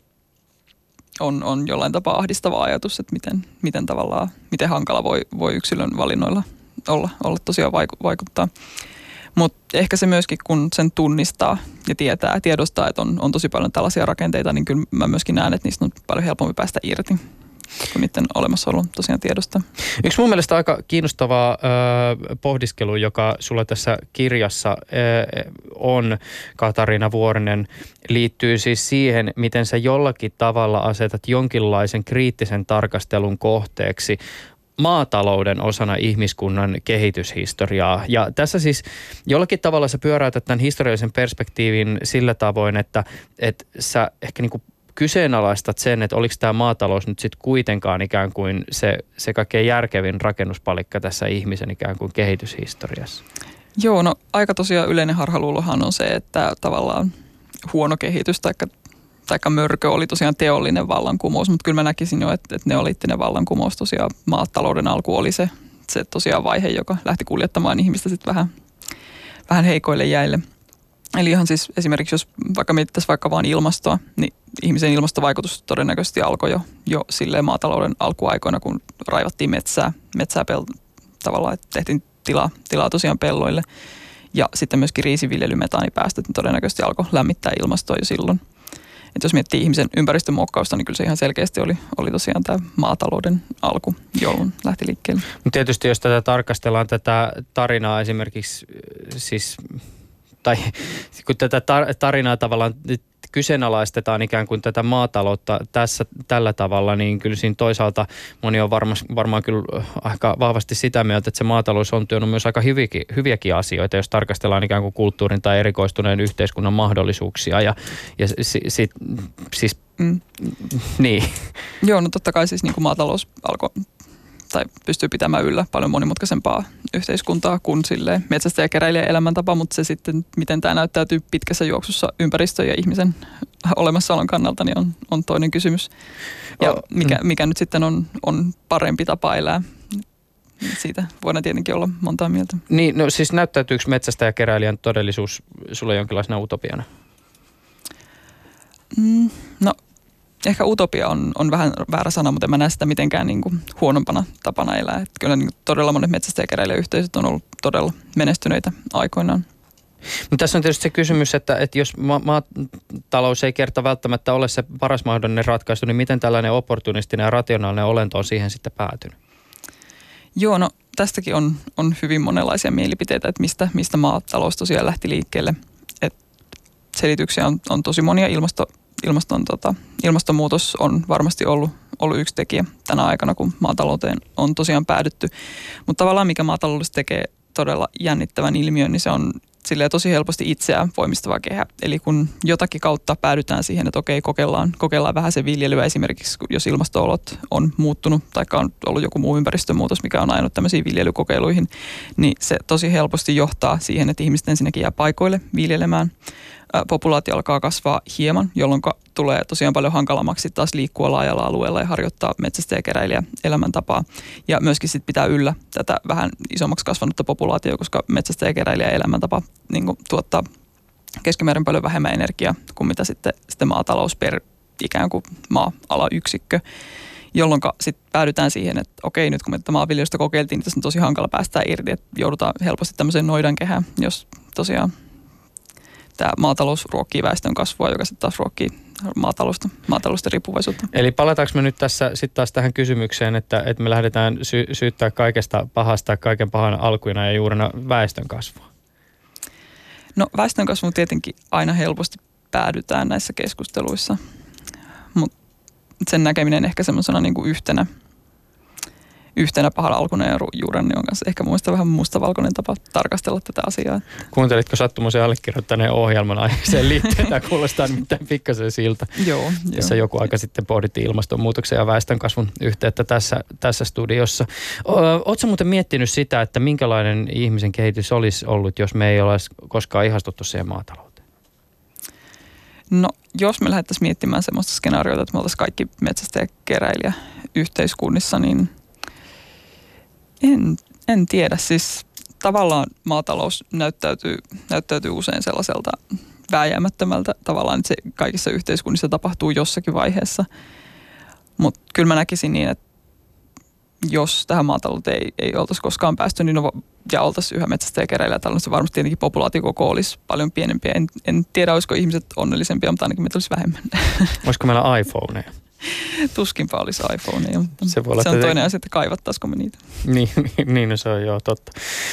on jollain tapaa ahdistava ajatus, että miten hankala voi yksilön valinnoilla olla tosiaan vaikuttaa. Mutta ehkä se myöskin, kun sen tunnistaa ja tiedostaa, että on tosi paljon tällaisia rakenteita, niin kyllä mä myöskin näen, että niistä on paljon helpompi päästä irti, kun niiden olemassaolo tosiaan tiedostaa. Yksi mun mielestä aika kiinnostava pohdiskelu, joka sulla tässä kirjassa on, Katariina Vuorinen, liittyy siis siihen, miten sä jollakin tavalla asetat jonkinlaisen kriittisen tarkastelun kohteeksi maatalouden osana ihmiskunnan kehityshistoriaa. Ja tässä siis jollakin tavalla sä pyöräytät tämän historiallisen perspektiivin sillä tavoin, että sä ehkä niinku kyseenalaistat sen, että oliko tämä maatalous nyt sitten kuitenkaan ikään kuin se kaikkein järkevin rakennuspalikka tässä ihmisen ikään kuin kehityshistoriassa. Joo, no aika tosiaan yleinen harhaluulohan on se, että tavallaan huono kehitys taikka mörkö oli tosiaan teollinen vallankumous, mutta kyllä mä näkisin jo, että neoliittinen vallankumous tosiaan maatalouden alku oli se tosiaan vaihe, joka lähti kuljettamaan ihmistä sitten vähän heikoille jäille. Eli ihan siis esimerkiksi, jos vaikka mietittäisiin vaikka vaan ilmastoa, niin ihmisen ilmastovaikutus todennäköisesti alkoi jo silleen maatalouden alkuaikoina, kun raivattiin metsää tavallaan, että tehtiin tilaa tosiaan pelloille. Ja sitten myöskin riisiviljelymetaanipäästöt todennäköisesti alkoi lämmittää ilmastoa jo silloin. Että jos miettii ihmisen ympäristömuokkausta, niin kyllä se ihan selkeästi oli tosiaan tämä maatalouden alku, jolloin lähti liikkeelle. Tietysti jos tätä tarkastellaan, tätä tarinaa esimerkiksi, tai kun tätä tarinaa tavallaan kyseenalaistetaan ikään kuin tätä maataloutta tällä tavalla, niin kyllä siinä toisaalta moni on varmaan kyllä aika vahvasti sitä mieltä, että se maatalous on tuonut myös aika hyviäkin asioita, jos tarkastellaan ikään kuin kulttuurin tai erikoistuneen yhteiskunnan mahdollisuuksia. Niin. Joo, no totta kai siis niin kuin maatalous alkoi tai pystyy pitämään yllä paljon monimutkaisempaa yhteiskuntaa kuin silleen metsästäjä- ja keräilijän elämäntapa, mutta se sitten, miten tämä näyttäytyy pitkässä juoksussa ympäristön ja ihmisen olemassaolon kannalta, niin on toinen kysymys. Ja mikä nyt sitten on parempi tapa elää, siitä voidaan tietenkin olla montaa mieltä. Niin, no siis näyttäytyykö metsästäjä- ja keräilijän todellisuus sulle jonkinlaisena utopiana? No, ehkä utopia on vähän väärä sana, mutta en mä näe sitä mitenkään niin kuin huonompana tapana elää. Että kyllä niin todella monet metsästäjäkeräilijäyhteisöt on ollut todella menestyneitä aikoinaan. Mutta tässä on tietysti se kysymys, että jos maatalous ei kerta välttämättä ole se paras mahdollinen ratkaisu, niin miten tällainen opportunistinen ja rationaalinen olento on siihen sitten päätynyt? Joo, no tästäkin on hyvin monenlaisia mielipiteitä, että mistä maatalous tosiaan lähti liikkeelle. Että selityksiä on tosi monia. Ilmastonmuutos on varmasti ollut yksi tekijä tänä aikana, kun maatalouteen on tosiaan päädytty. Mutta tavallaan mikä maataloudessa tekee todella jännittävän ilmiön, niin se on silleen tosi helposti itseään voimistava kehä. Eli kun jotakin kautta päädytään siihen, että okei, kokeillaan vähän se viljelyä, esimerkiksi jos ilmasto-olot on muuttunut tai on ollut joku muu ympäristömuutos, mikä on ajanut tämmöisiin viljelykokeiluihin, niin se tosi helposti johtaa siihen, että ihmiset ensinnäkin jää paikoille viljelemään. Populaatio alkaa kasvaa hieman, jolloin tulee tosiaan paljon hankalammaksi taas liikkua laajalla alueella ja harjoittaa metsästäjäkeräilijä elämäntapaa. Ja myöskin sit pitää yllä tätä vähän isommaksi kasvanutta populaatiota, koska metsästäjäkeräilijä elämäntapa niin kuin tuottaa keskimäärin paljon vähemmän energiaa kuin mitä sitten maatalous per ikään kuin maa-alayksikkö. Jolloin sitten päädytään siihen, että okei, nyt kun me tätä maanviljelystä kokeiltiin, niin tässä on tosi hankala päästää irti, että joudutaan helposti tämmöiseen noidankehään, jos tosiaan tämä maatalous ruokkii väestön kasvua, joka sitten taas ruokkii maatalousten riippuvaisuutta. Eli palataanko me nyt tässä sitten taas tähän kysymykseen, että me lähdetään syyttää kaikesta pahasta, kaiken pahan alkuina ja juurena väestön kasvua? No väestön kasvuun tietenkin aina helposti päädytään näissä keskusteluissa, mutta sen näkeminen ehkä semmoisena niin kuin yhtenä pahan alkuna ja juuren, niin on kanssa ehkä muista vähän mustavalkoinen tapa tarkastella tätä asiaa. Kuuntelitko sattumoisen allekirjoittaneen ohjelman aiheeseen liittyen? Tämä kuulostaa nimittäin pikkasen siltä. Joo. Tässä joku aika sitten pohdittiin ilmastonmuutoksen ja väestönkasvun yhteyttä tässä studiossa. Oletko muuten miettinyt sitä, että minkälainen ihmisen kehitys olisi ollut, jos me ei olisi koskaan ihastuttu siihen maatalouteen? No, jos me lähdettäisiin miettimään semmoista skenaarioita, että me oltaisiin kaikki metsästäjäkeräilijä yhteiskunnissa, niin En tiedä. Siis tavallaan maatalous näyttäytyy usein sellaiselta vääjäämättömältä tavallaan, että se kaikissa yhteiskunnissa tapahtuu jossakin vaiheessa. Mutta kyllä mä näkisin niin, että jos tähän maatalouteen ei oltaisi koskaan päästy, niin ja oltaisiin yhä metsästäjäkeräilijä, tällainen varmasti tietenkin populaatiokoko olisi paljon pienempiä. En tiedä, olisiko ihmiset onnellisempia, mutta ainakin meitä olisi vähemmän. Olisiko meillä iPhoneja? Tuskinpa olisi iPhoneja, mutta se on toinen asia, että kaivattaisiko me niitä. Niin no se on joo totta.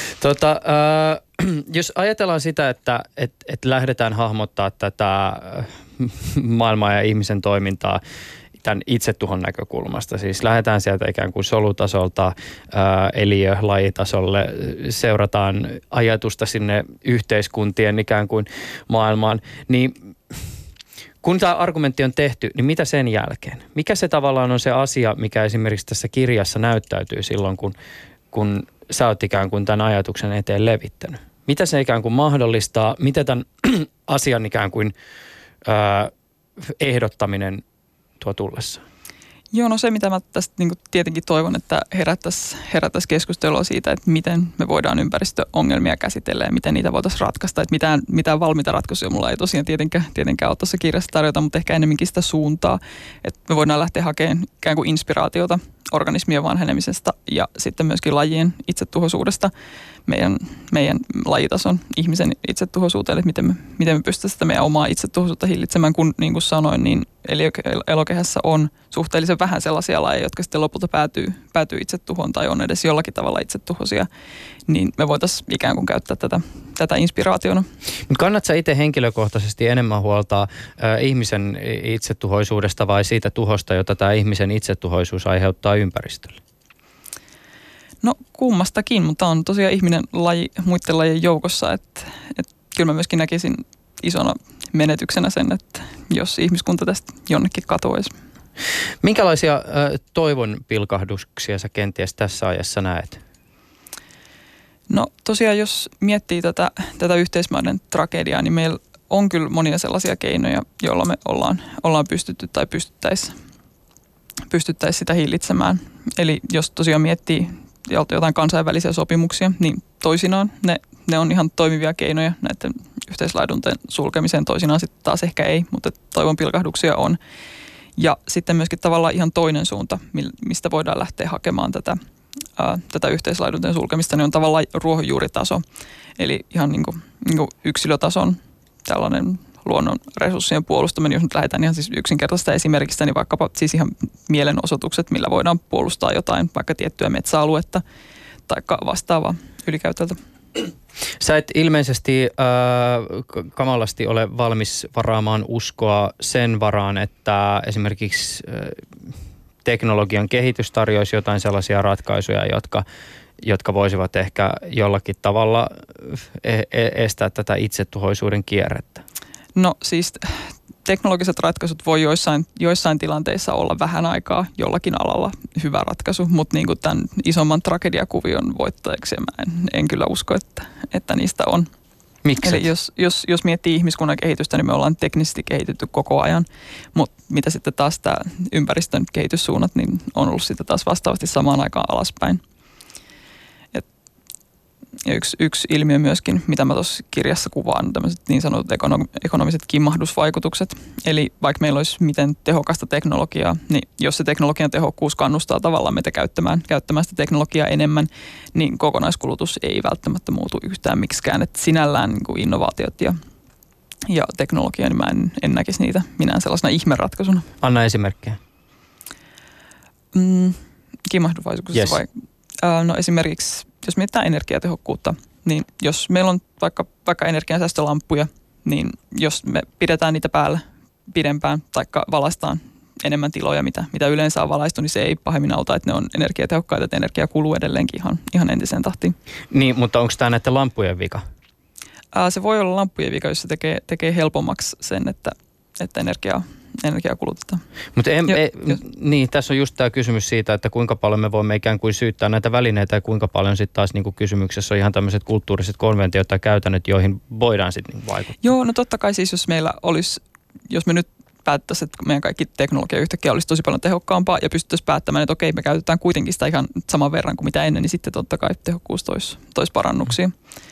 Jos ajatellaan sitä, että lähdetään hahmottaa tätä maailmaa ja ihmisen toimintaa tämän itsetuhon näkökulmasta, siis lähdetään sieltä ikään kuin solutasolta eliölajitasolle, seurataan ajatusta sinne yhteiskuntien ikään kuin maailmaan, niin kun tämä argumentti on tehty, niin mitä sen jälkeen? Mikä se tavallaan on se asia, mikä esimerkiksi tässä kirjassa näyttäytyy silloin, kun sä oot ikään kuin tämän ajatuksen eteen levittänyt? Mitä se ikään kuin mahdollistaa? Mitä tämän asian ikään kuin ehdottaminen tuo tullessa? Joo, no se mitä mä tästä niin tietenkin toivon, että herättäisiin keskustelua siitä, että miten me voidaan ympäristöongelmia käsitellä ja miten niitä voitaisiin ratkaista. Että mitään valmiita ratkaisuja mulla ei tosiaan tietenkään ole tuossa kirjassa tarjota, mutta ehkä enemmänkin sitä suuntaa, että me voidaan lähteä hakemaan ikään kuin inspiraatiota organismien vanhenemisesta ja sitten myöskin lajien itsetuhoisuudesta meidän lajitason ihmisen itsetuhoisuuteen, että miten me pystytään sitä meidän omaa itsetuhoisuutta hillitsemään, kun niin kuin sanoin, niin elokehässä on suhteellisen vähän sellaisia lajeja, jotka sitten lopulta päätyy itsetuhoon tai on edes jollakin tavalla itsetuhoisia, niin me voitaisiin ikään kuin käyttää tätä inspiraationa. Mutta kannatko sä itse henkilökohtaisesti enemmän huoltaa ihmisen itsetuhoisuudesta vai siitä tuhosta, jota tämä ihmisen itsetuhoisuus aiheuttaa ympäristölle? No kummastakin, mutta on tosiaan ihminen laji muiden lajien joukossa, että kyllä mä myöskin näkisin isona menetyksenä sen, että jos ihmiskunta tästä jonnekin katoaisi. Minkälaisia toivon pilkahduksia sä kenties tässä ajassa näet? No tosiaan, jos miettii tätä yhteismaiden tragediaa, niin meillä on kyllä monia sellaisia keinoja, joilla me ollaan pystytty tai pystyttäisiin sitä hillitsemään. Eli jos tosiaan miettii jotain kansainvälisiä sopimuksia, niin toisinaan ne on ihan toimivia keinoja näiden yhteislaidunten sulkemiseen, toisinaan sitten taas ehkä ei, mutta toivon pilkahduksia on. Ja sitten myöskin tavallaan ihan toinen suunta, mistä voidaan lähteä hakemaan tätä yhteislaidunten sulkemista, niin on tavallaan ruohonjuuritaso. Eli ihan niin kuin yksilötason tällainen luonnon resurssien puolustaminen, jos nyt lähdetään ihan siis yksinkertaisesta esimerkistä, niin vaikkapa siis ihan mielenosoitukset, millä voidaan puolustaa jotain, vaikka tiettyä metsäaluetta tai vastaavaa ylikäytöltä. Sä et ilmeisesti kamalasti ole valmis varaamaan uskoa sen varaan, että esimerkiksi teknologian kehitys tarjoaisi jotain sellaisia ratkaisuja, jotka voisivat ehkä jollakin tavalla estää tätä itsetuhoisuuden kierrettä. No siis teknologiset ratkaisut voi joissain tilanteissa olla vähän aikaa jollakin alalla hyvä ratkaisu, mutta niin kuin tämän isomman tragediakuvion voittajaksi en kyllä usko, että niistä on. Miksi? Eli jos miettii ihmiskunnan kehitystä, niin me ollaan teknisesti kehitytty koko ajan, mutta mitä sitten taas tämä ympäristön kehityssuunnat, niin on ollut sitten taas vastaavasti samaan aikaan alaspäin. Ja yksi ilmiö myöskin, mitä mä tuossa kirjassa kuvaan, tämmöiset niin sanotut ekonomiset kimmahdusvaikutukset. Eli vaikka meillä olisi miten tehokasta teknologiaa, niin jos se teknologian tehokkuus kannustaa tavallaan meitä käyttämään sitä teknologiaa enemmän, niin kokonaiskulutus ei välttämättä muutu yhtään miksikään. Että sinällään niin kuin innovaatiot ja teknologia, niin mä en näkisi niitä minään sellaisena ihmeratkaisuna. Anna esimerkkejä. Kimmahdusvaikutuksessa yes. vai? No esimerkiksi, jos mietitään energiatehokkuutta, niin jos meillä on vaikka energiansäästölamppuja, niin jos me pidetään niitä päällä pidempään tai valaistaan enemmän tiloja, mitä yleensä on valaistu, niin se ei pahemmin auta, että ne on energiatehokkaita, että energia kuluu edelleenkin ihan entiseen tahtiin. Niin, mutta onko tämä näiden lamppujen vika? Se voi olla lamppujen vika, jos se tekee helpommaksi sen, että energiaa kulutetaan. Mutta niin, tässä on just tämä kysymys siitä, että kuinka paljon me voimme ikään kuin syyttää näitä välineitä ja kuinka paljon sitten taas niin kuin kysymyksessä on ihan tämmöiset kulttuuriset konventiot tai käytännöt, joihin voidaan sitten niin vaikuttaa. Joo, no totta kai siis jos me nyt päättäisiin, että meidän kaikki teknologia yhtäkkiä olisi tosi paljon tehokkaampaa ja pystyttäisiin päättämään, että okei, me käytetään kuitenkin sitä ihan saman verran kuin mitä ennen, niin sitten totta kai tehokkuus toisi parannuksia.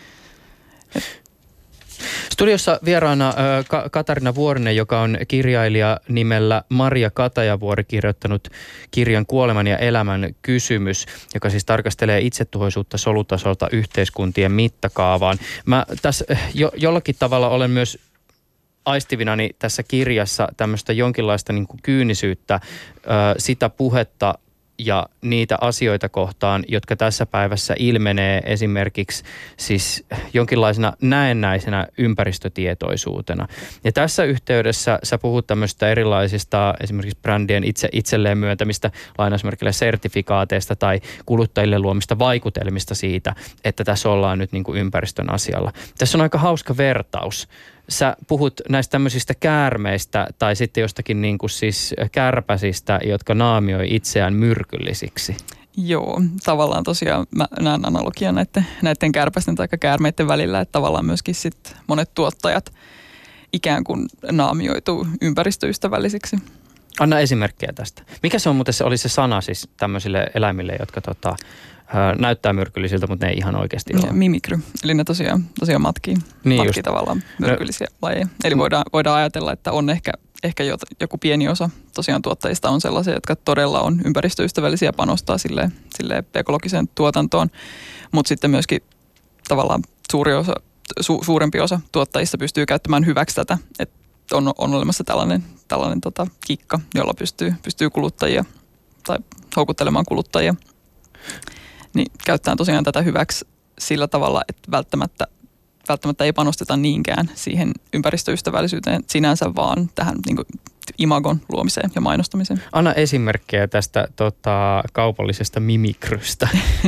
Studiossa vieraana Katarina Vuorinen, joka on kirjailija nimellä Maria Katajavuori, kirjoittanut kirjan Kuoleman ja elämän kysymys, joka siis tarkastelee itsetuhoisuutta solutasolta yhteiskuntien mittakaavaan. Mä tässä jollakin tavalla olen myös aistivinani tässä kirjassa tämmöistä jonkinlaista niin kuin kyynisyyttä, sitä puhetta ja niitä asioita kohtaan, jotka tässä päivässä ilmenee esimerkiksi siis jonkinlaisena näennäisenä ympäristötietoisuutena. Ja tässä yhteydessä sä puhut tämmöistä erilaisista esimerkiksi brändien itselleen myöntämistä lainausmerkillä sertifikaateista tai kuluttajille luomista vaikutelmista siitä, että tässä ollaan nyt niin kuin ympäristön asialla. Tässä on aika hauska vertaus. Sä puhut näistä tämmöisistä käärmeistä tai sitten jostakin niin kuin siis kärpäsistä, jotka naamioi itseään myrkyllisiksi. Joo, tavallaan tosiaan mä näen analogian näiden kärpästen tai käärmeiden välillä, että tavallaan myöskin sit monet tuottajat ikään kuin naamioituu ympäristöystävällisiksi. Anna esimerkkejä tästä. Mikä se on muuten oli se sana siis tämmöisille eläimille, jotka näyttää myrkyllisiltä, mutta ne ei ihan oikeasti ole? Mimikry, eli ne tosiaan matkii tavallaan myrkyllisiä lajeja. Eli voidaan ajatella, että on ehkä joku pieni osa tosiaan tuottajista on sellaisia, jotka todella on ympäristöystävällisiä ja panostaa sille ekologiseen tuotantoon, mutta sitten myöskin tavallaan suurempi osa tuottajista pystyy käyttämään hyväksi tätä, että on olemassa tällainen kikka, jolla pystyy kuluttajia tai houkuttelemaan kuluttajia. Niin käytetään tosiaan tätä hyväksi sillä tavalla, että välttämättä ei panosteta niinkään siihen ympäristöystävällisyyteen sinänsä, vaan tähän niin kuin imagon luomiseen ja mainostamiseen. Anna esimerkkejä tästä kaupallisesta mimikrystä.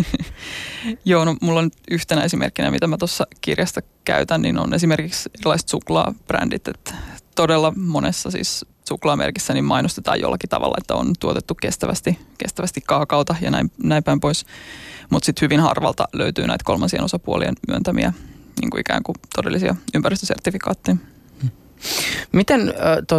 Joo, no mulla on yhtenä esimerkkinä, mitä mä tuossa kirjasta käytän, niin on esimerkiksi erilaiset suklaabrändit, että todella monessa siis suklaamerkissä niin mainostetaan jollakin tavalla, että on tuotettu kestävästi kaakaota ja näin päin pois. Mutta sitten hyvin harvalta löytyy näitä kolmansien osapuolien myöntämiä niin kuin ikään kuin todellisia ympäristösertifikaatteja. Miten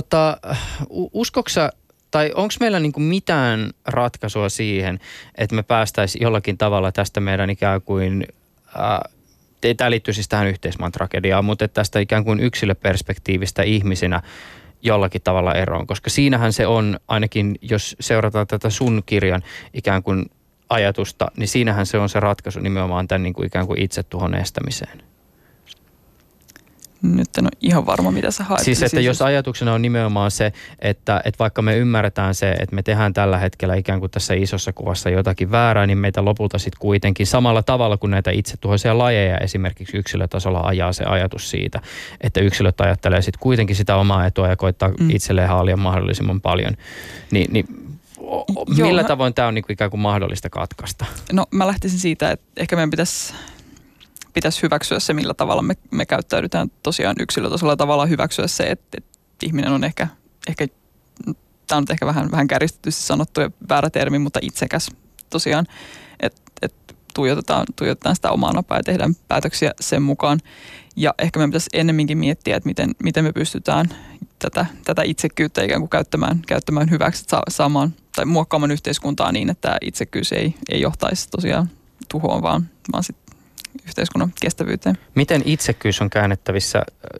uskoksä tai onko meillä niin kuin mitään ratkaisua siihen, että me päästäisiin jollakin tavalla tästä meidän ikään kuin, tämä liittyy siis tähän yhteismaan tragediaan, mutta tästä ikään kuin yksilöperspektiivistä ihmisinä jollakin tavalla eroon, koska siinähän se on, ainakin jos seurataan tätä sun kirjan ikään kuin ajatusta, niin siinähän se on se ratkaisu nimenomaan tämän niin kuin ikään kuin itsetuhon estämiseen. Nyt en ole ihan varma, mitä sä haet. Siis, että jos ajatuksena on nimenomaan se, että vaikka me ymmärretään se, että me tehdään tällä hetkellä ikään kuin tässä isossa kuvassa jotakin väärää, niin meitä lopulta sitten kuitenkin samalla tavalla kuin näitä itsetuhoisia lajeja esimerkiksi yksilötasolla ajaa se ajatus siitä, että yksilöt ajattelee sitten kuitenkin sitä omaa etua ja koittaa itselleen haalia mahdollisimman paljon. Millä tavoin tämä on niin kuin ikään kuin mahdollista katkaista? No mä lähtisin siitä, että ehkä meidän pitäisi hyväksyä se, millä tavalla me käyttäydytään tosiaan yksilötasolla tavallaan hyväksyä se, että ihminen on ehkä tämä on nyt ehkä vähän kärjistetysti sanottu ja väärä termi, mutta itsekäs tosiaan, että tuijotetaan sitä omaa napaa ja tehdään päätöksiä sen mukaan. Ja ehkä meidän pitäisi ennemminkin miettiä, että miten me pystytään tätä itsekkyyttä ikään kuin käyttämään hyväksi, saamaan tai muokkaamaan yhteiskuntaa niin, että tämä itsekkyys ei johtaisi tosiaan tuhoon, vaan sitten yhteiskunnan kestävyyteen. Miten itsekkyys on käännettävissä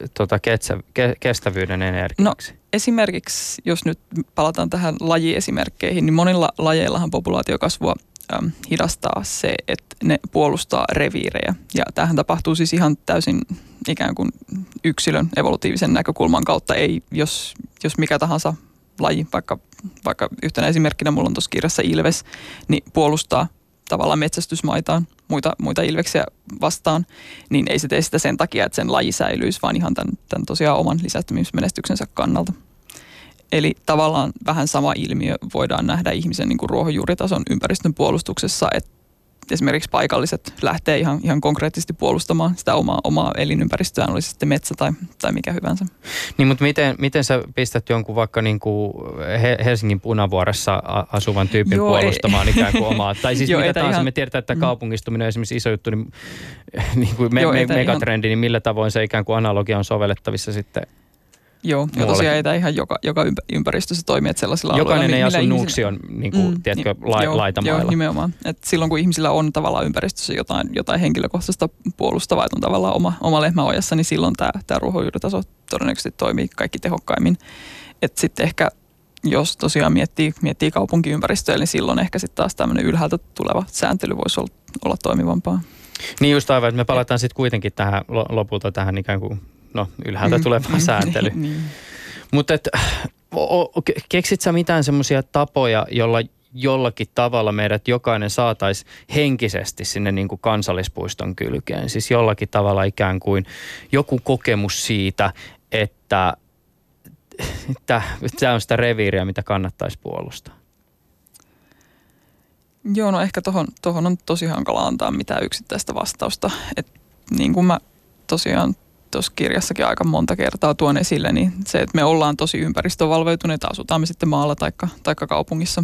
kestävyyden energiaksi? No esimerkiksi, jos nyt palataan tähän lajiesimerkkeihin, niin monilla lajeillahan populaatiokasvua hidastaa se, että ne puolustaa reviirejä. Ja tämähän tapahtuu siis ihan täysin ikään kuin yksilön evolutiivisen näkökulman kautta. Ei, jos mikä tahansa laji, vaikka yhtenä esimerkkinä mulla on tuossa kirjassa ilves, niin puolustaa tavallaan metsästysmaitaan muita ilveksiä vastaan, niin ei se tee sitä sen takia, että sen laji säilyisi, vaan ihan tämän tosiaan oman lisääntymismenestyksensä kannalta. Eli tavallaan vähän sama ilmiö voidaan nähdä ihmisen niin kuin ruohonjuuritason ympäristön puolustuksessa, että esimerkiksi paikalliset lähtee ihan konkreettisesti puolustamaan sitä omaa elinympäristöään, oli se sitten metsä tai mikä hyvänsä. Niin, mutta miten sä pistät jonkun vaikka niin kuin Helsingin Punavuoressa asuvan tyypin puolustamaan ikään kuin omaa? Tai siis mitä tahansa, me tiedetään, että kaupungistuminen on esimerkiksi iso juttu, niin kuin megatrendi, niin millä tavoin se ikään kuin analogia on sovellettavissa sitten? Joo, ja tosiaan ei tämä ihan joka ympäristössä toimi, että sellaisilla jokainen alueilla, ei asu Nuuksion niin kuin, tiedätkö, laitamailla. Joo, nimenomaan. Että silloin kun ihmisillä on tavallaan ympäristössä jotain henkilökohtaista puolustavaa, että on tavallaan oma lehmä ojassa, niin silloin tämä ruohonjuuritaso todennäköisesti toimii kaikki tehokkaimmin. Että sitten ehkä, jos tosiaan miettii kaupunkiympäristöä, niin silloin ehkä sitten taas tämmöinen ylhäältä tuleva sääntely voisi olla toimivampaa. Niin just aivan, että me palataan sitten kuitenkin tähän lopulta tähän ikään kuin ylhäältä tulevaan sääntelyyn. Niin. Mutta keksit sä mitään semmoisia tapoja, jolla jollakin tavalla meidät jokainen saataisiin henkisesti sinne niin kuin kansallispuiston kylkeen? Siis jollakin tavalla ikään kuin joku kokemus siitä, että tämä on sitä reviiriä, mitä kannattaisi puolustaa. Joo, no ehkä tohon on tosi hankala antaa mitään yksittäistä vastausta. Et niin kuin mä tosiaan tuossa kirjassakin aika monta kertaa tuon esille, niin se, että me ollaan tosi ympäristövalveutuneita, asutaan me sitten maalla taikka kaupungissa.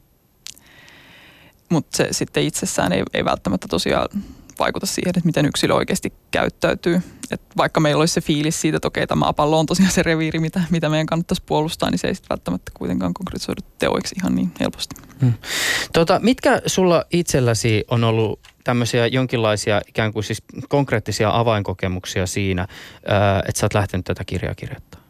Mutta se sitten itsessään ei välttämättä tosiaan vaikuta siihen, että miten yksilö oikeasti käyttäytyy. Et vaikka meillä olisi se fiilis siitä, että okei, tämä maapallo on tosiaan se reviiri, mitä meidän kannattaisi puolustaa, niin se ei sitten välttämättä kuitenkaan konkretisoidu teoiksi ihan niin helposti. Mitkä sulla itselläsi on ollut tämmöisiä jonkinlaisia ikään kuin siis konkreettisia avainkokemuksia siinä, että sä oot lähtenyt tätä kirjaa kirjoittamaan?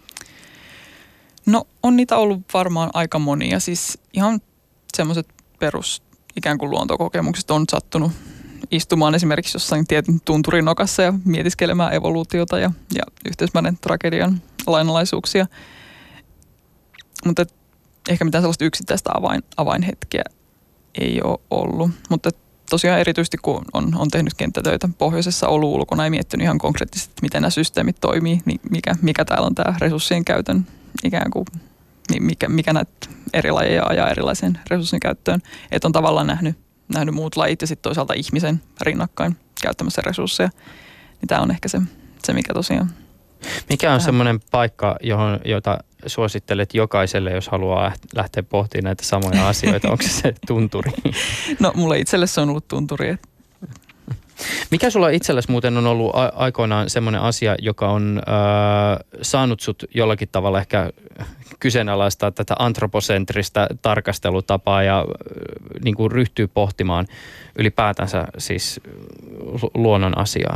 No on niitä ollut varmaan aika monia. Siis ihan semmoiset perus ikään kuin luontokokemukset on sattunut istumaan esimerkiksi jossain tietyn tunturin nokassa ja mietiskelemään evoluutiota ja yhteismäinen tragedian lainalaisuuksia. Mutta ehkä mitään sellaista yksittäistä avainhetkiä ei ole ollut. Mutta tosiaan erityisesti kun on tehnyt kenttätöitä pohjoisessa, ollut ulkona ja miettinyt ihan konkreettisesti, miten nämä systeemit toimii, niin mikä täällä on tämä resurssien käytön ikään kuin, mikä näitä eri lajeja ajaa erilaiseen resurssien käyttöön. Että on tavallaan nähnyt muut lajit ja sitten toisaalta ihmisen rinnakkain käyttämässä resursseja. Niin tämä on ehkä se mikä tosiaan. Mikä on semmoinen paikka, jota suosittelet jokaiselle, jos haluaa lähteä pohtimaan näitä samoja asioita? Onko se tunturi? No mulle itselle se on ollut tunturi. Mikä sulla itsellesi muuten on ollut aikoinaan semmoinen asia, joka on saanut sut jollakin tavalla ehkä kyseenalaistaa tätä antroposentristä tarkastelutapaa ja niin kuin ryhtyy pohtimaan ylipäätänsä siis luonnon asiaa?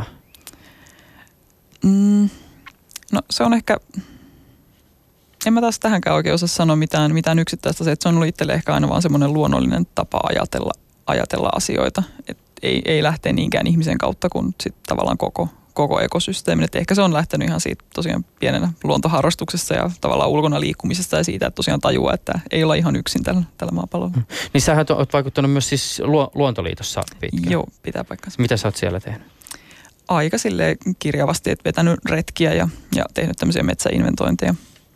No se on ehkä, en mä taas tähänkään oikein osaa sanoa mitään yksittäistä, se, että se on ollut itselle ehkä aina vaan semmoinen luonnollinen tapa ajatella asioita, että ei lähteä niinkään ihmisen kautta kuin sitten tavallaan koko ekosysteemin. Et ehkä se on lähtenyt ihan siitä tosiaan pienenä luontoharrastuksessa ja tavallaan ulkona liikkumisesta ja siitä, että tosiaan tajuaa, että ei olla ihan yksin tällä maapallolla. Niin sähän oot vaikuttanut myös siis Luontoliitossa pitkään. Joo, pitää paikkansa. Mitä sä oot siellä tehnyt? Aika silleen kirjavasti, että vetänyt retkiä ja tehnyt tämmöisiä metsäinventointeja.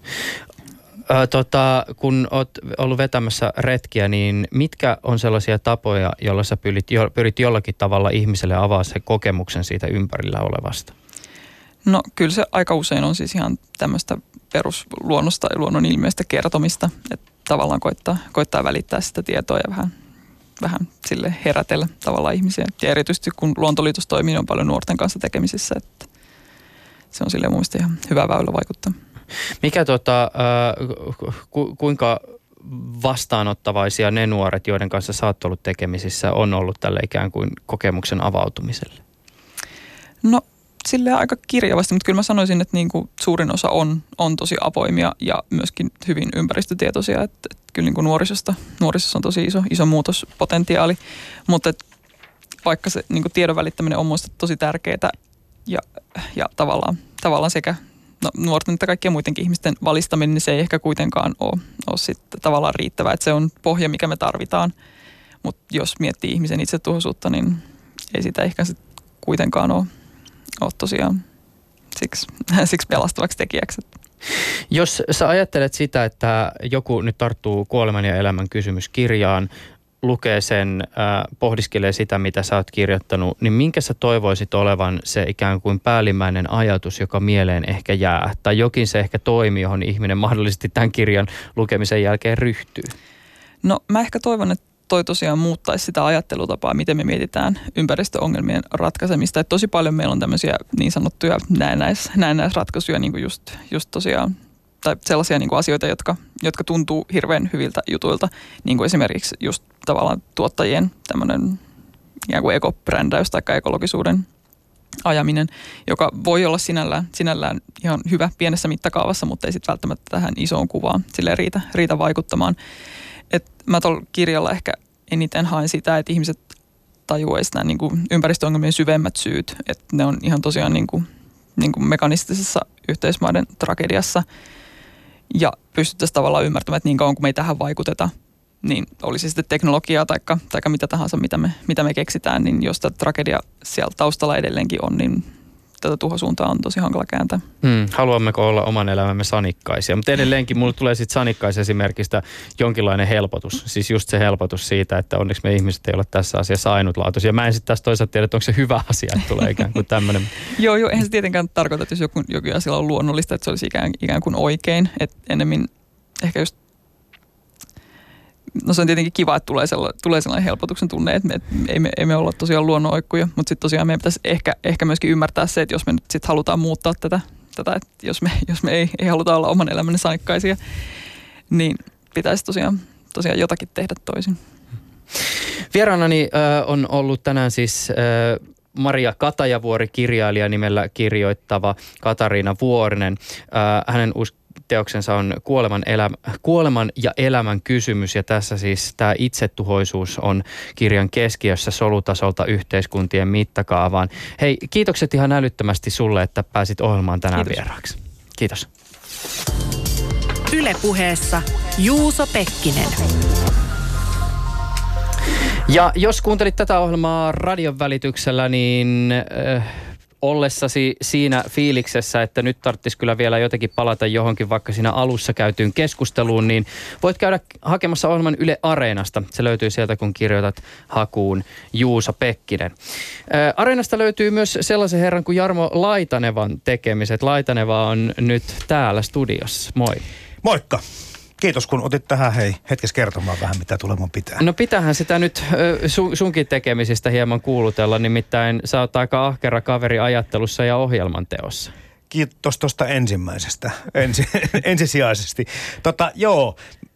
Kun oot ollut vetämässä retkiä, niin mitkä on sellaisia tapoja, joilla sä pyrit jollakin tavalla ihmiselle avaa se kokemuksen siitä ympärillä olevasta? No kyllä se aika usein on siis ihan tämmöistä perusluonnosta ja luonnon ilmiöistä kertomista, että tavallaan koittaa välittää sitä tietoa ja vähän sille herätellä tavallaan ihmisiä. Ja erityisesti kun Luontoliitos toimii, on paljon nuorten kanssa tekemisissä, että se on silleen mun mielestä ihan hyvä väylä vaikuttaa. Mikä kuinka vastaanottavaisia ne nuoret, joiden kanssa sä oot ollut tekemisissä, on ollut tälle ikään kuin kokemuksen avautumiselle? No silleen aika kirjavasti, mutta kyllä mä sanoisin, että niin kuin suurin osa on tosi avoimia ja myöskin hyvin ympäristötietoisia, että kyllä niin kuin nuorisossa on tosi iso muutospotentiaali, mutta vaikka se niin kuin tiedon välittäminen on muista tosi tärkeää ja tavallaan sekä nuorten että kaikkien muidenkin ihmisten valistaminen, niin se ei ehkä kuitenkaan ole sitten tavallaan riittävää, että se on pohja, mikä me tarvitaan, mutta jos miettii ihmisen itsetuhoisuutta, niin ei sitä ehkä sitten kuitenkaan ole tosiaan siksi pelastavaksi tekijäksi. Jos sä ajattelet sitä, että joku nyt tarttuu Kuoleman ja elämän kysymyskirjaan, lukee sen, pohdiskelee sitä, mitä sä oot kirjoittanut, niin minkä sä toivoisit olevan se ikään kuin päällimmäinen ajatus, joka mieleen ehkä jää? Tai jokin se ehkä toimi, johon ihminen mahdollisesti tämän kirjan lukemisen jälkeen ryhtyy? No mä ehkä toivon, että toi tosiaan muuttaisi sitä ajattelutapaa, miten me mietitään ympäristöongelmien ratkaisemista. Että tosi paljon meillä on tämmöisiä niin sanottuja näennäisratkaisuja, niin kuin just tosiaan, tai sellaisia niin kuin asioita, jotka tuntuu hirveän hyviltä jutuilta, niin kuin esimerkiksi just tavallaan tuottajien tämmöinen ikään kuin ekobrändäys tai ekologisuuden ajaminen, joka voi olla sinällään ihan hyvä pienessä mittakaavassa, mutta ei sitten välttämättä tähän isoon kuvaan silleen riitä vaikuttamaan. Et mä tuolla kirjalla ehkä eniten haen sitä, että ihmiset tajuaisivat nämä niin kuin ympäristöongelmien syvemmät syyt, että ne on ihan tosiaan niin kuin mekanistisessa yhteismaiden tragediassa ja pystyttäisiin tavallaan ymmärtämään, että niin kauan kuin me ei tähän vaikuteta, niin olisi sitten teknologiaa tai mitä tahansa, mitä me keksitään, niin jos tämä tragedia siellä taustalla edelleenkin on, niin tätä tuhosuuntaa on tosi hankala kääntää. Haluammeko olla oman elämämme sanikkaisia? Mutta edelleenkin mulle tulee sitten sanikkaisesimerkistä jonkinlainen helpotus. Siis just se helpotus siitä, että onneksi me ihmiset ei ole tässä asiassa ainutlaatuisia. Mä en sitten taas toisaalta tiedä, että onko se hyvä asia, että tulee ikään kuin tämmöinen. Joo, eihän se tietenkään tarkoita, että jos joku asia on luonnollista, että se olisi ikään kuin oikein. Että ennemmin ehkä just no se on tietenkin kiva, että tulee sellainen helpotuksen tunne, että ei me olla tosiaan luonnonoikkuja, mutta sitten tosiaan meidän pitäisi ehkä myöskin ymmärtää se, että jos me nyt sitten halutaan muuttaa tätä että jos me ei haluta olla oman elämämme sanikkaisia, niin pitäisi tosiaan jotakin tehdä toisin. Vieraanani on ollut tänään siis Maria Katajavuori, kirjailija nimellä kirjoittava Katariina Vuorinen. Hänen teoksensa on Kuoleman ja elämän kysymys, ja tässä siis tämä itsetuhoisuus on kirjan keskiössä solutasolta yhteiskuntien mittakaavaan. Hei, kiitokset ihan älyttömästi sulle, että pääsit ohjelmaan tänään vieraaksi. Kiitos. Yle Puheessa Juuso Pekkinen. Ja jos kuuntelit tätä ohjelmaa radion välityksellä, niin ollessasi siinä fiiliksessä, että nyt tarvitsisi kyllä vielä jotenkin palata johonkin vaikka siinä alussa käytyyn keskusteluun, niin voit käydä hakemassa ohjelman Yle Areenasta. Se löytyy sieltä, kun kirjoitat hakuun Juuso Pekkinen. Areenasta löytyy myös sellaisen herran kuin Jarmo Laitanevan tekemiset. Laitaneva on nyt täällä studiossa. Moi. Moikka. Kiitos, kun otit tähän hetkessä kertomaan vähän, mitä tuleman pitää. No pitähän sitä nyt sunkin tekemisistä hieman kuulutella, nimittäin sä oot aika ahkera kaveri ajattelussa ja ohjelmanteossa. Kiitos tuosta ensimmäisestä, ensisijaisesti. Joo,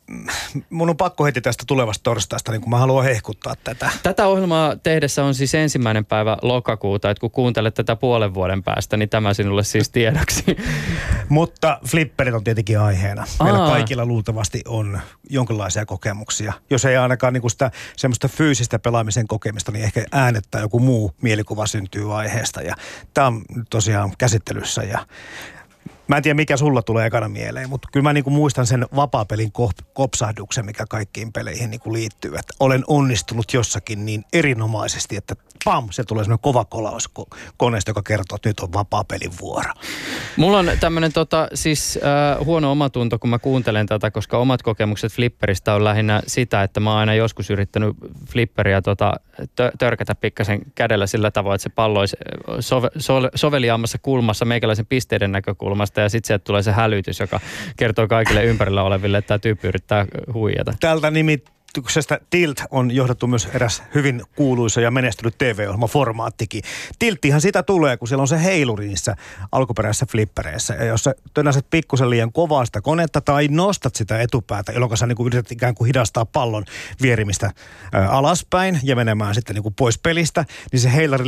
mun on pakko heti tästä tulevasta torstaista, niin kun mä haluan hehkuttaa tätä. Tätä ohjelmaa tehdessä on siis 1. päivä lokakuuta, että kun kuuntelet tätä puolen vuoden päästä, niin tämä sinulle siis tiedoksi. Mutta flipperit on tietenkin aiheena. Meillä kaikilla luultavasti on jonkinlaisia kokemuksia. Jos ei ainakaan niin sitä semmoista fyysistä pelaamisen kokemista, niin ehkä äänet tai joku muu mielikuva syntyy aiheesta. Ja tämä on tosiaan käsittelyssä ja mä en tiedä, mikä sulla tulee ekana mieleen, mutta kyllä mä niinku muistan sen vapaapelin kopsahduksen, mikä kaikkiin peleihin niinku liittyy. Että olen onnistunut jossakin niin erinomaisesti, että pam, se tulee semmoinen kova kolaus koneesta, joka kertoo, että nyt on vapaapelin vuoro. Mulla on tämmöinen huono omatunto, kun mä kuuntelen tätä, koska omat kokemukset flipperistä on lähinnä sitä, että mä oon aina joskus yrittänyt flipperiä törkätä pikkasen kädellä sillä tavoin, että se pallo olisi soveliaammassa kulmassa meikäläisen pisteiden näkökulmasta ja sitten sieltä tulee se hälytys, joka kertoo kaikille ympärillä oleville, että tämä tyyppi yrittää huijata. Tältä nimityksestä Tilt on johdettu myös eräs hyvin kuuluisa ja menestynyt TV-ohjelma formaattikin. Tilttihan sitä tulee, kun siellä on se heiluri niissä alkuperäisissä flippereissä. Ja jos sä tönäset pikkusen liian kovaa sitä konetta tai nostat sitä etupäätä, jolloin sä niinku yrität ikään kuin hidastaa pallon vierimistä alaspäin ja menemään sitten niinku pois pelistä, niin se heiluri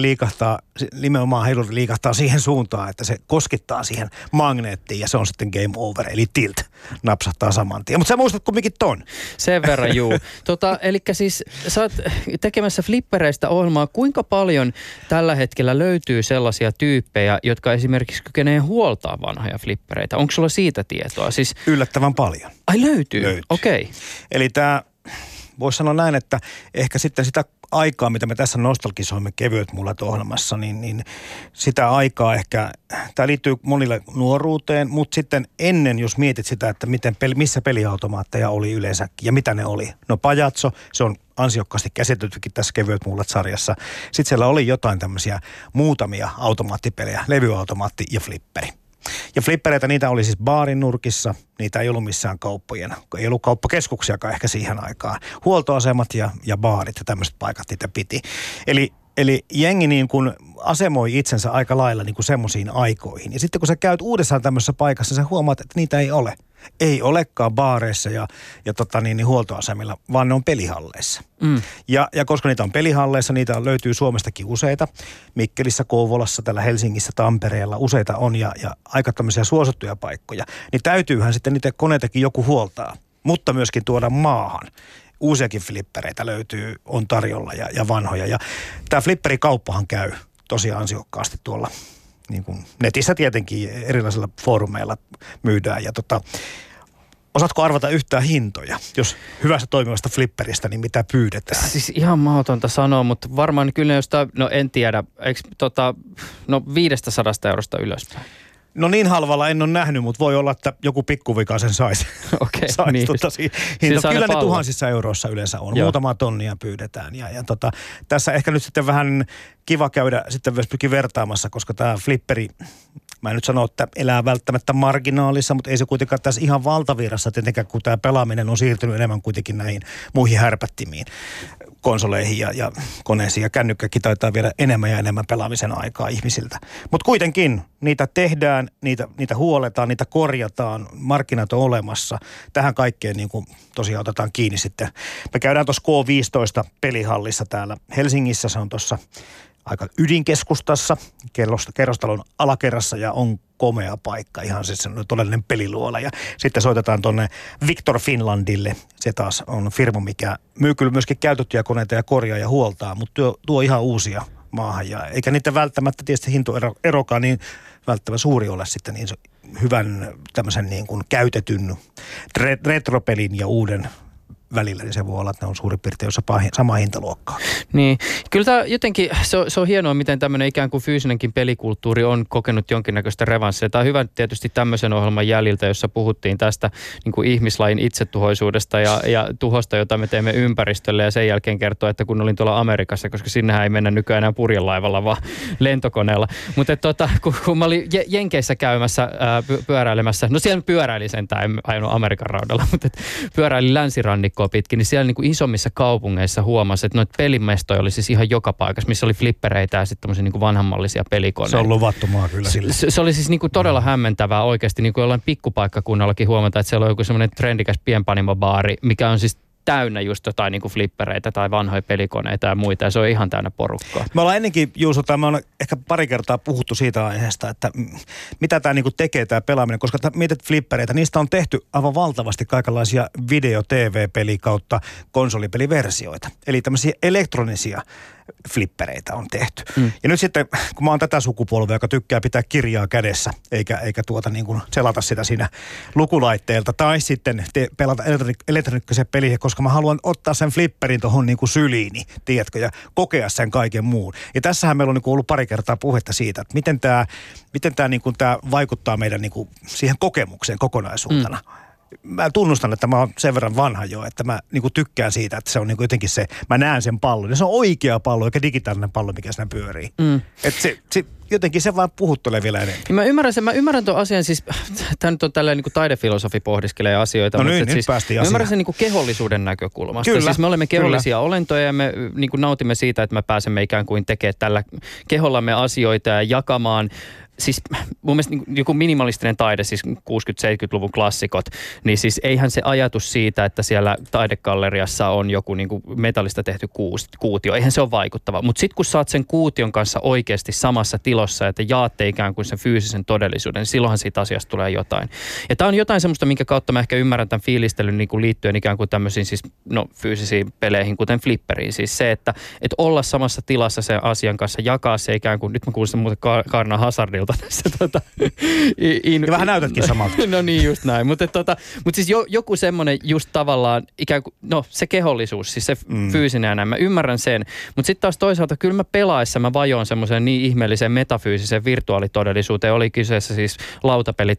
liikahtaa siihen suuntaan, että se koskittaa siihen magneettiin ja se on sitten game over, eli Tilt napsahtaa saman tien. Mutta sä muistat kumminkin ton. Sen verran, juu. Eli siis sä oot tekemässä flippereistä ohjelmaa. Kuinka paljon tällä hetkellä löytyy sellaisia tyyppejä, jotka esimerkiksi kykenee huoltaa vanhoja flippereitä? Onko sulla siitä tietoa? Siis yllättävän paljon. Ai löytyy? Okei. Okay. Eli tämä, voisi sanoa näin, että ehkä sitten sitä aikaa, mitä me tässä nostalgisoimme kevyet mullat ohjelmassa, niin sitä aikaa ehkä, tämä liittyy monille nuoruuteen, mutta sitten ennen, jos mietit sitä, että missä peliautomaatteja oli yleensäkin ja mitä ne oli. No Pajatso, se on ansiokkaasti käsiteltykin tässä kevyet mullat-sarjassa. Sitten siellä oli jotain tämmöisiä muutamia automaattipelejä, levyautomaatti ja flipperi. Ja flippereitä, niitä oli siis baarin nurkissa, niitä ei ollut missään kauppojen, ei ollut kauppakeskuksiakaan ehkä siihen aikaan. Huoltoasemat ja baarit ja tämmöiset paikat niitä piti. Eli jengi niin kuin asemoi itsensä aika lailla niin kuin semmoisiin aikoihin. Ja sitten kun sä käyt uudessaan tämmöisessä paikassa, sä huomaat, että niitä ei ole. Ei olekaan baareissa ja huoltoasemilla, vaan ne on pelihalleissa. Ja koska niitä on pelihalleissa, niitä löytyy Suomestakin useita. Mikkelissä, Kouvolassa, täällä Helsingissä, Tampereella useita on ja aika tämmöisiä suosittuja paikkoja. Niin täytyyhän sitten niitä koneitakin joku huoltaa, mutta myöskin tuoda maahan. Uusiakin flippereitä löytyy, on tarjolla ja vanhoja. Ja tämä flipperikauppahan käy tosi ansiokkaasti tuolla niin kuin netissä tietenkin erilaisilla foorumeilla myydään. Ja osaatko arvata yhtään hintoja, jos hyvästä toimivasta flipperistä, niin mitä pyydetään? Siis ihan mahdotonta sanoa, mutta varmaan kyllä jostain, no en tiedä, eikö 500 eurosta ylöspäin? No niin halvalla en ole nähnyt, mutta voi olla, että joku pikkuvika sen saisi. Okei, niin. Kyllä ne pallo. Tuhansissa euroissa yleensä on. Joo. Muutamaa tonnia pyydetään. Ja tässä ehkä nyt sitten vähän kiva käydä sitten myös vertaamassa, koska tämä flipperi, mä en nyt sano, että elää välttämättä marginaalissa, mutta ei se kuitenkaan tässä ihan valtavirrassa tietenkään, kun tämä pelaaminen on siirtynyt enemmän kuitenkin näihin muihin härpättimiin, konsoleihin ja koneisiin. Ja kännykkäkin taitaa viedä enemmän ja enemmän pelaamisen aikaa ihmisiltä. Mutta kuitenkin niitä tehdään, niitä huoletaan, niitä korjataan, markkinat on olemassa. Tähän kaikkeen niin kuin tosiaan otetaan kiinni sitten. Me käydään tuossa K15 pelihallissa täällä Helsingissä, se on tuossa aika ydinkeskustassa, kerrostalon alakerrassa ja on komea paikka, ihan siis todellinen peliluola. Ja sitten soitetaan tuonne Victor Finlandille. Se taas on firma, mikä myy kyllä myöskin käytettyjä koneita ja korjaa ja huoltaa, mutta tuo ihan uusia maahan. Ja eikä niitä välttämättä tietysti hintoerokaan niin välttämättä suuri ole sitten niin hyvän tämmöisen niin kuin käytetyn retropelin ja uuden välillä, niin se voi olla, että ne on suurin piirtein samaa hintaluokkaa. Niin, kyllä tämä jotenkin, se on hienoa, miten tämmöinen ikään kuin fyysinenkin pelikulttuuri on kokenut jonkinnäköistä revanssia. Tämä on hyvä tietysti tämmöisen ohjelman jäljiltä, jossa puhuttiin tästä niin kuin ihmislajin itsetuhoisuudesta ja tuhosta, jota me teemme ympäristölle ja sen jälkeen kertoo, että kun olin tuolla Amerikassa, koska sinnehän ei mennä nykyään enää purjelaivalla, vaan lentokoneella. Mutta kun mä olin Jenkeissä käymässä pyöräilemässä, no siellä pyöräili sentään, en ajanut Amerikan raudalla, mutta pyöräilin länsirannikolla laatikkoa pitkin, niin siellä niin kuin isommissa kaupungeissa huomasi, että noita pelimestoja oli siis ihan joka paikassa, missä oli flippereitä ja sitten tämmöisiä niin kuin vanhanmallisia pelikoneita. Se on luvattomaa kyllä sille. Se oli siis niin kuin todella hämmentävää oikeasti, niin kuin jollain pikkupaikkakunnallakin huomata, että siellä on joku semmoinen trendikäs pienpanimobaari, mikä on siis täynnä just jotain niin kuin flippereitä tai vanhoja pelikoneita ja muita, ja se on ihan täynnä porukkaa. Me ollaan ennenkin, Juuso, me on ehkä pari kertaa puhuttu siitä aiheesta, että mitä tämä niinku tekee tämä pelaaminen, koska mietit flippereitä, niistä on tehty aivan valtavasti kaikenlaisia video-tv-peli kautta konsolipeliversioita. Eli tämmöisiä elektronisia flippereitä on tehty. Ja nyt sitten, kun mä oon tätä sukupolvea, joka tykkää pitää kirjaa kädessä, eikä niin kuin selata sitä siinä lukulaitteelta, tai sitten pelata elektroniikkisen peliä, koska mä haluan ottaa sen flipperin tuohon niin kuin syliini, tiedätkö, ja kokea sen kaiken muun. Ja tässähän meillä on niin kuin ollut pari kertaa puhetta siitä, että miten tämä niin kuin tämä vaikuttaa meidän niin kuin siihen kokemukseen kokonaisuutena. Mä tunnustan, että mä oon sen verran vanha jo, että mä niinku tykkään siitä, että se on niinku jotenkin se, mä näen sen pallon. Ja se on oikea pallo, eikä digitaalinen pallo, mikä siinä pyörii. Että se jotenkin se vaan puhuttelee vielä enemmän. Mä ymmärrän tuon asian, siis tämä nyt on tällainen niin taidefilosofi pohdiskelee asioita. No mutta nyt siis, päästiin asiaan. ymmärrän sen niin kehollisuuden näkökulmasta. Kyllä, siis me olemme kehollisia olentoja ja me niin nautimme siitä, että me pääsemme ikään kuin tekemään tällä kehollamme asioita ja jakamaan. Siis mun mielestä joku minimalistinen taide, siis 60-70-luvun klassikot, niin siis eihän se ajatus siitä, että siellä taidegalleriassa on joku niin kuin metallista tehty kuutio, eihän se ole vaikuttava. Mutta sitten kun saat sen kuution kanssa oikeasti samassa tilossa, että jaatte ikään kuin sen fyysisen todellisuuden, niin silloinhan siitä asiasta tulee jotain. Ja tämä on jotain semmoista, minkä kautta mä ehkä ymmärrän tämän fiilistelyn niin kuin liittyen ikään kuin tämmöisiin siis, fyysisiin peleihin, kuten flipperiin. Siis se, että olla samassa tilassa sen asian kanssa, jakaa se ikään kuin, nyt mä kuulisin muuten Kaarna Hazardilta tässä ja vähän näytätkin samalta. No niin, just näin. Mutta siis joku semmoinen just tavallaan ikään kuin, se kehollisuus, siis se fyysinen ja näin. Mä ymmärrän sen. Mutta sitten taas toisaalta kyllä mä pelaessa mä vajoon semmoiseen niin ihmeelliseen metafyysiseen virtuaalitodellisuuteen. Oli kyseessä siis lautapelit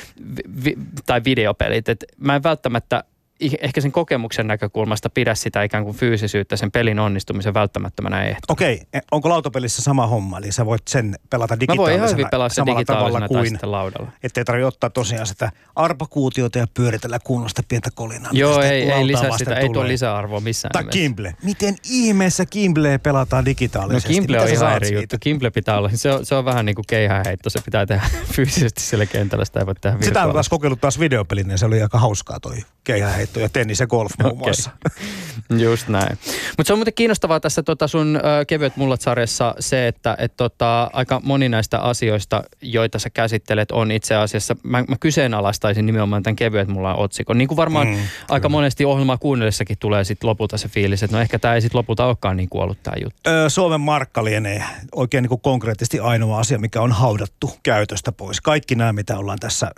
tai videopelit. Et mä en välttämättä ehkä sen kokemuksen näkökulmasta pidä sitä ikään kuin fyysisyyttä sen pelin onnistumisen välttämättömänä ehtona. Okei, onko lautapelissä sama homma? Eli sä voit sen pelata digitaalisena. Mä voin ihan hyvin pelata sen digitaalisena tai sitten laudalla. Ettei tarvitse ottaa tosiaan sitä arpakuutiota ja pyöritellä kunnosta pientä kolinaa. Joo, ei lisää sitä, ei tuo lisäarvoa missään tai nimessä. Kimble. Miten ihmeessä Kimbleä pelataan digitaalisesti? No Kimble on ihan eri juttu. Kimble pitää olla, se on vähän niin kuin keihäänheitto. Se pitää tehdä fyysisesti siellä kentällä, sitä ei voi tehdä virtuaalisesti. Sitä on taas kokeillut taas videopelin, ja se oli aika hauskaa toi keihäänheitto ja tennis ja golf muun muassa. Just näin. Mutta se on muuten kiinnostavaa tässä sun Kevyet mullat-sarjassa se, että aika moni näistä asioista, joita sä käsittelet, on itse asiassa, mä kyseenalaistaisin nimenomaan tämän Kevyet mullat -otsikon. Niin kuin varmaan aika monesti ohjelmaa kuunnellessakin tulee sitten lopulta se fiilis, että no ehkä tämä ei sitten lopulta olekaan niin kuollut tämä juttu. Suomen markka lienee oikein niin kuin konkreettisesti ainoa asia, mikä on haudattu käytöstä pois. Kaikki nämä, mitä ollaan tässä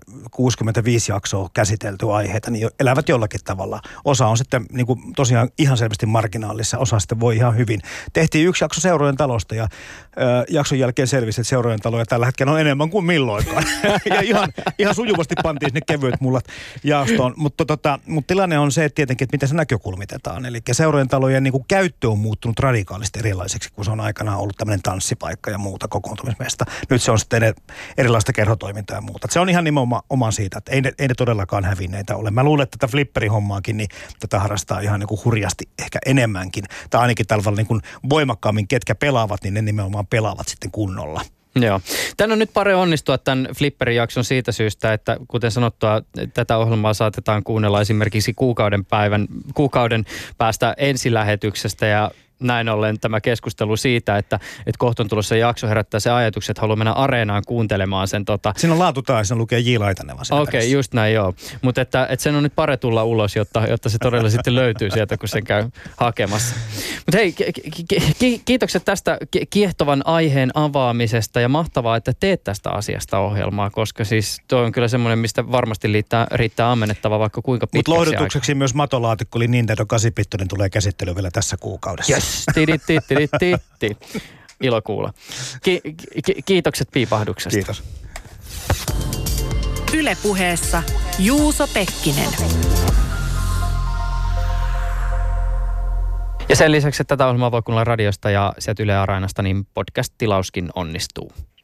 65 jaksoa käsitelty aiheita, niin elävät jollakin tavalla. Osa on sitten niin kuin tosiaan ihan selvästi marginaalissa, osa sitten voi ihan hyvin. Tehtiin yksi jakso Seurojen talosta ja jakson jälkeen selvisi, että Seurojen taloja tällä hetkellä on enemmän kuin milloinkaan. Ja ihan sujuvasti pantiin sinne Kevyet mullat -jaostoon. Mutta tilanne on se, että tietenkin, että miten se näkökulmitetaan. Eli Seurojen talojen niin kuin käyttö on muuttunut radikaalisti erilaiseksi, kun se on aikanaan ollut tämmöinen tanssipaikka ja muuta kokoontumismesta. Nyt se on sitten erilaista kerhotoimintaa ja muuta. Se on ihan nimenomaan siitä, että ei ne todellakaan hävinneitä ole. Mä luulen, että tätä flipperihommaakin, niin tätä harrastaa ihan niin kuin hurjasti ehkä enemmänkin. Tai ainakin tällä niin kuin voimakkaammin, ketkä pelaavat, niin ne nimenomaan pelaavat sitten kunnolla. Joo. Tän on nyt pari onnistua tämän Flipperin-jakson siitä syystä, että kuten sanottua, tätä ohjelmaa saatetaan kuunnella esimerkiksi kuukauden päästä ensilähetyksestä ja näin ollen tämä keskustelu siitä, että kohta on tulossa jakso herättää se ajatus, että haluaa mennä areenaan kuuntelemaan sen. Siinä on laatu taas, siinä lukee J. Laitaneva. Okei, just näin, joo. Mutta että sen on nyt pare tulla ulos, jotta se todella sitten löytyy sieltä, kun sen käy hakemassa. Mutta hei, kiitokset tästä kiehtovan aiheen avaamisesta ja mahtavaa, että teet tästä asiasta ohjelmaa, koska siis toi on kyllä semmoinen, mistä varmasti riittää ammennettava vaikka kuinka pitkäksi. Mutta lohdutukseksi myös matolaatikko, eli Nintendo 8-bittoinen tulee käsittelyyn vielä tässä kuukaudessa. Yes. Ilo kuulla. Kiitokset piipahduksesta. Kiitos. Yle Puheessa Juuso Pekkinen. Ja sen lisäksi, että tätä ohjelmaa voi kuunnella radiosta ja sieltä Yle Areenasta, niin podcast-tilauskin onnistuu.